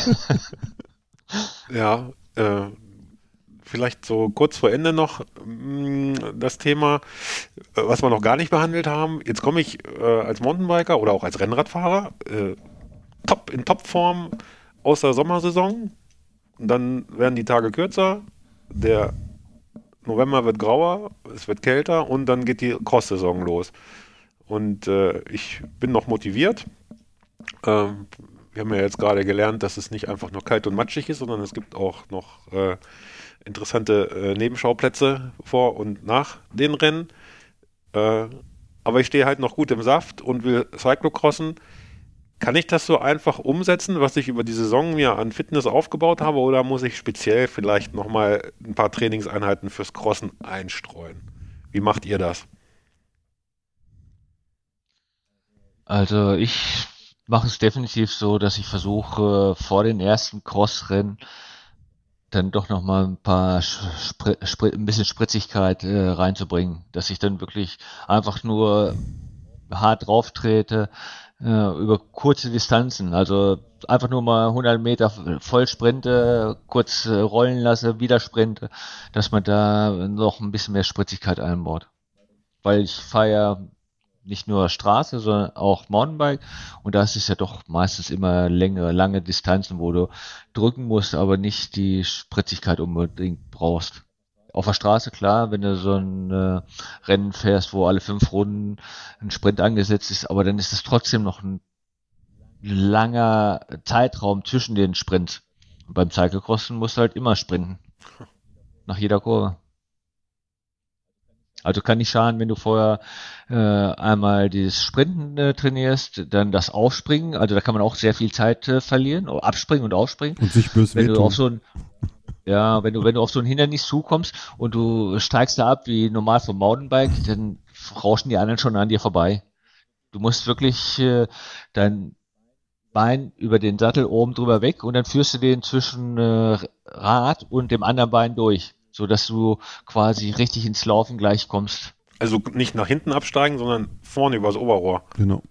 Ja, vielleicht so kurz vor Ende noch das Thema, was wir noch gar nicht behandelt haben. Jetzt komme ich als Mountainbiker oder auch als Rennradfahrer in Topform aus der Sommersaison. Und dann werden die Tage kürzer, der November wird grauer, es wird kälter und dann geht die Cross-Saison los. Und ich bin noch motiviert. wir haben ja jetzt gerade gelernt, dass es nicht einfach nur kalt und matschig ist, sondern es gibt auch noch interessante Nebenschauplätze vor und nach den Rennen. Aber ich stehe halt noch gut im Saft und will Cyclocrossen. Kann ich das so einfach umsetzen, was ich über die Saison mir an Fitness aufgebaut habe, oder muss ich speziell vielleicht nochmal ein paar Trainingseinheiten fürs Crossen einstreuen? Wie macht ihr das? Also ich mache es definitiv so, dass ich versuche, vor den ersten Crossrennen dann doch nochmal ein paar ein bisschen Spritzigkeit reinzubringen, dass ich dann wirklich einfach nur hart drauf trete über kurze Distanzen, also einfach nur mal 100 Meter voll sprinte, kurz rollen lasse, wieder sprinte, dass man da noch ein bisschen mehr Spritzigkeit einbaut. Weil ich fahre ja nicht nur Straße, sondern auch Mountainbike, und da ist es ja doch meistens immer lange Distanzen, wo du drücken musst, aber nicht die Spritzigkeit unbedingt brauchst. Auf der Straße, klar, wenn du so ein Rennen fährst, wo alle 5 Runden ein Sprint angesetzt ist, aber dann ist es trotzdem noch ein langer Zeitraum zwischen den Sprints. Und beim Cyclocrossen musst du halt immer sprinten. Nach jeder Kurve. Also kann nicht schaden, wenn du vorher einmal dieses Sprinten trainierst, dann das Aufspringen, also da kann man auch sehr viel Zeit verlieren, abspringen und aufspringen. Und sich böse wenn wehtun. du auf so ein wenn du auf so ein Hindernis zukommst und du steigst da ab wie normal vom Mountainbike, dann rauschen die anderen schon an dir vorbei. Du musst wirklich dein Bein über den Sattel oben drüber weg und dann führst du den zwischen Rad und dem anderen Bein durch, so dass du quasi richtig ins Laufen gleich kommst. Also nicht nach hinten absteigen, sondern vorne übers Oberrohr. Genau.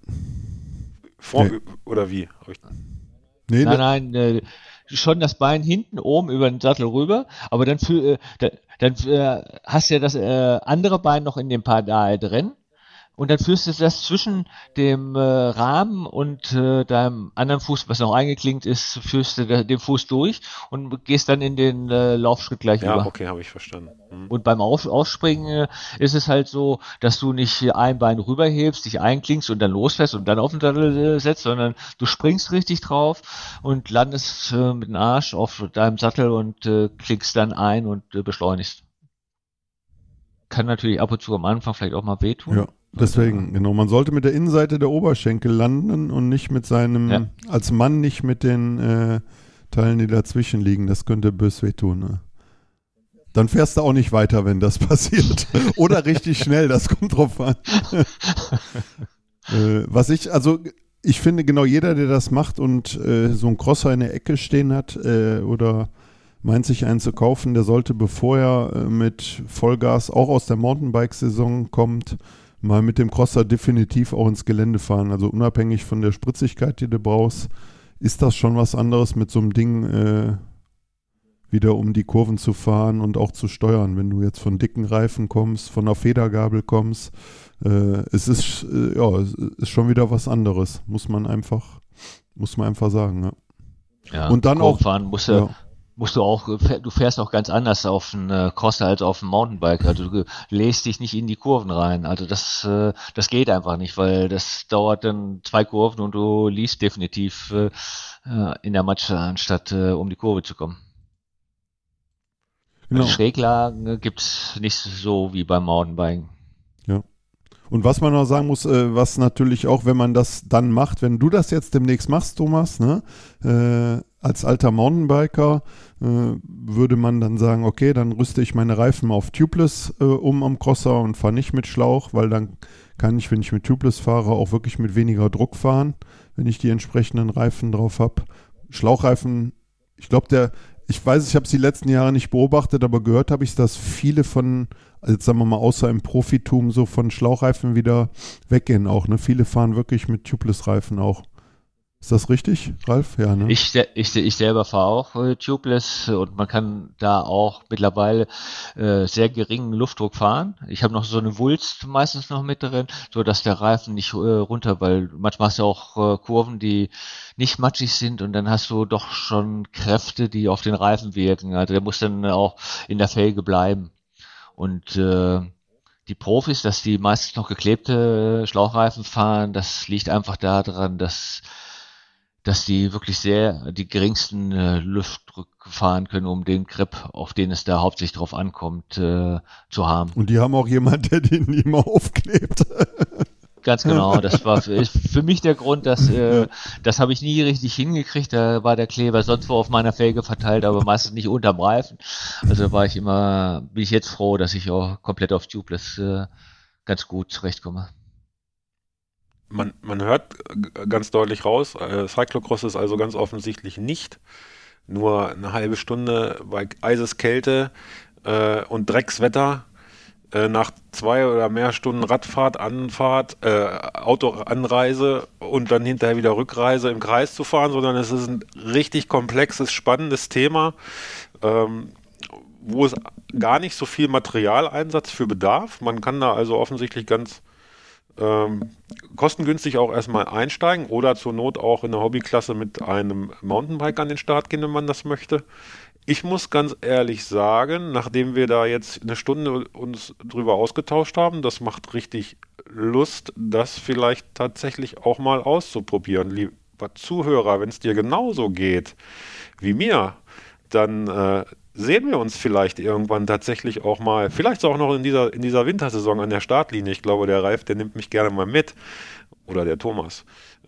Oder wie? Nee, Nein, schon das Bein hinten oben über den Sattel rüber, aber dann hast du ja das andere Bein noch in dem Pedal drin. Und dann führst du das zwischen dem Rahmen und deinem anderen Fuß, was noch eingeklinkt ist, führst du den Fuß durch und gehst dann in den Laufschritt gleich über. Ja, okay, habe ich verstanden. Und beim Ausspringen ist es halt so, dass du nicht ein Bein rüberhebst, dich einklingst und dann losfährst und dann auf den Sattel setzt, sondern du springst richtig drauf und landest mit dem Arsch auf deinem Sattel und klickst dann ein und beschleunigst. Kann natürlich ab und zu am Anfang vielleicht auch mal wehtun. Ja. Deswegen, genau. Man sollte mit der Innenseite der Oberschenkel landen und nicht mit seinem, als Mann nicht mit den Teilen, die dazwischen liegen. Das könnte bös wehtun. Ne? Dann fährst du auch nicht weiter, wenn das passiert. Oder richtig schnell, das kommt drauf an. Ich finde genau jeder, der das macht und so einen Crosser in der Ecke stehen hat oder meint sich einen zu kaufen, der sollte, bevor er mit Vollgas auch aus der Mountainbike-Saison kommt, mal mit dem Crosser definitiv auch ins Gelände fahren. Also unabhängig von der Spritzigkeit, die du brauchst, ist das schon was anderes, mit so einem Ding wieder um die Kurven zu fahren und auch zu steuern. Wenn du jetzt von dicken Reifen kommst, von einer Federgabel kommst, es ist schon wieder was anderes, muss man einfach sagen. Ja. Ja, und dann auch fahren du fährst auch ganz anders auf einen Crosser als auf einen Mountainbike. Also du lässt dich nicht in die Kurven rein. Also das geht einfach nicht, weil das dauert dann 2 Kurven und du liest definitiv in der Matsche, anstatt um die Kurve zu kommen. Genau. Also Schräglagen gibt's nicht so wie beim Mountainbiken. Ja. Und was man noch sagen muss, was natürlich auch, wenn man das dann macht, wenn du das jetzt demnächst machst, Thomas, ne, als alter Mountainbiker würde man dann sagen, okay, dann rüste ich meine Reifen auf Tubeless am Crosser und fahre nicht mit Schlauch, weil dann kann ich, wenn ich mit Tubeless fahre, auch wirklich mit weniger Druck fahren, wenn ich die entsprechenden Reifen drauf habe. Schlauchreifen, ich glaube, ich weiß, ich habe es die letzten Jahre nicht beobachtet, aber gehört habe ich, dass viele von, jetzt sagen wir mal, außer im Profitum, so von Schlauchreifen wieder weggehen auch. Ne? Viele fahren wirklich mit Tubeless-Reifen auch. Ist das richtig, Ralf? Ja, ne? Ich selber fahre auch Tubeless und man kann da auch mittlerweile sehr geringen Luftdruck fahren. Ich habe noch so eine Wulst meistens noch mit drin, so dass der Reifen nicht runter, weil manchmal hast du auch Kurven, die nicht matschig sind und dann hast du doch schon Kräfte, die auf den Reifen wirken. Also der muss dann auch in der Felge bleiben. Und die Profis, dass die meistens noch geklebte Schlauchreifen fahren, das liegt einfach daran, dass dass die wirklich die geringsten Luftdrücke fahren können, um den Grip, auf den es da hauptsächlich drauf ankommt, zu haben. Und die haben auch jemand, der den immer aufklebt. Ganz genau, das war für mich der Grund, dass das habe ich nie richtig hingekriegt, da war der Kleber sonst wo auf meiner Felge verteilt, aber meistens nicht unterm Reifen. Also bin ich jetzt froh, dass ich auch komplett auf Tubeless ganz gut zurechtkomme. Man hört ganz deutlich raus, Cyclocross ist also ganz offensichtlich nicht nur eine halbe Stunde bei Eiseskälte und Dreckswetter nach 2 oder mehr Stunden Radfahrt, Autoanreise und dann hinterher wieder Rückreise im Kreis zu fahren, sondern es ist ein richtig komplexes, spannendes Thema, wo es gar nicht so viel Materialeinsatz für bedarf. Man kann da also offensichtlich ganz kostengünstig auch erstmal einsteigen oder zur Not auch in der Hobbyklasse mit einem Mountainbike an den Start gehen, wenn man das möchte. Ich muss ganz ehrlich sagen, nachdem wir da jetzt eine Stunde uns drüber ausgetauscht haben, das macht richtig Lust, das vielleicht tatsächlich auch mal auszuprobieren. Lieber Zuhörer, wenn es dir genauso geht wie mir, dann sehen wir uns vielleicht irgendwann tatsächlich auch mal, vielleicht auch noch in dieser Wintersaison an der Startlinie. Ich glaube, der Ralf, der nimmt mich gerne mal mit. Oder der Thomas.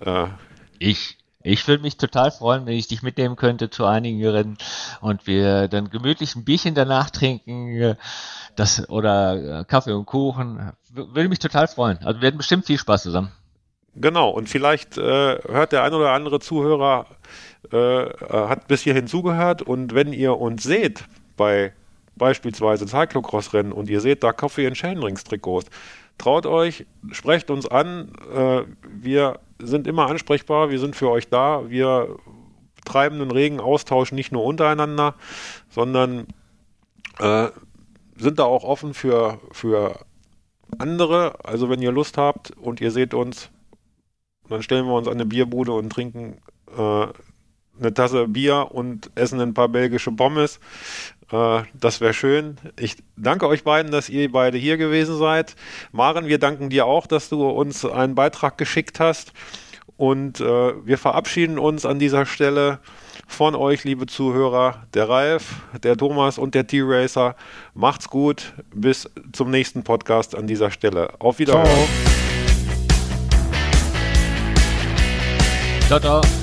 Ich würde mich total freuen, wenn ich dich mitnehmen könnte zu einigen Rennen und wir dann gemütlich ein Bierchen danach trinken oder Kaffee und Kuchen. Würde mich total freuen. Also wir werden bestimmt viel Spaß zusammen. Genau, und vielleicht hört der ein oder andere Zuhörer, hat bis hierhin zugehört und wenn ihr uns seht bei beispielsweise Cyclocross-Rennen und ihr seht da Coffee and Chain Rings Trikots, traut euch, sprecht uns an, wir sind immer ansprechbar, wir sind für euch da, wir treiben einen regen Austausch nicht nur untereinander, sondern sind da auch offen für andere, also wenn ihr Lust habt und ihr seht uns, dann stellen wir uns an eine Bierbude und trinken eine Tasse Bier und essen ein paar belgische Pommes. Das wäre schön. Ich danke euch beiden, dass ihr beide hier gewesen seid. Maren, wir danken dir auch, dass du uns einen Beitrag geschickt hast. Und wir verabschieden uns an dieser Stelle von euch, liebe Zuhörer. Der Ralf, der Thomas und der T-Racer. Macht's gut. Bis zum nächsten Podcast an dieser Stelle. Auf Wiedersehen. Ciao, ciao.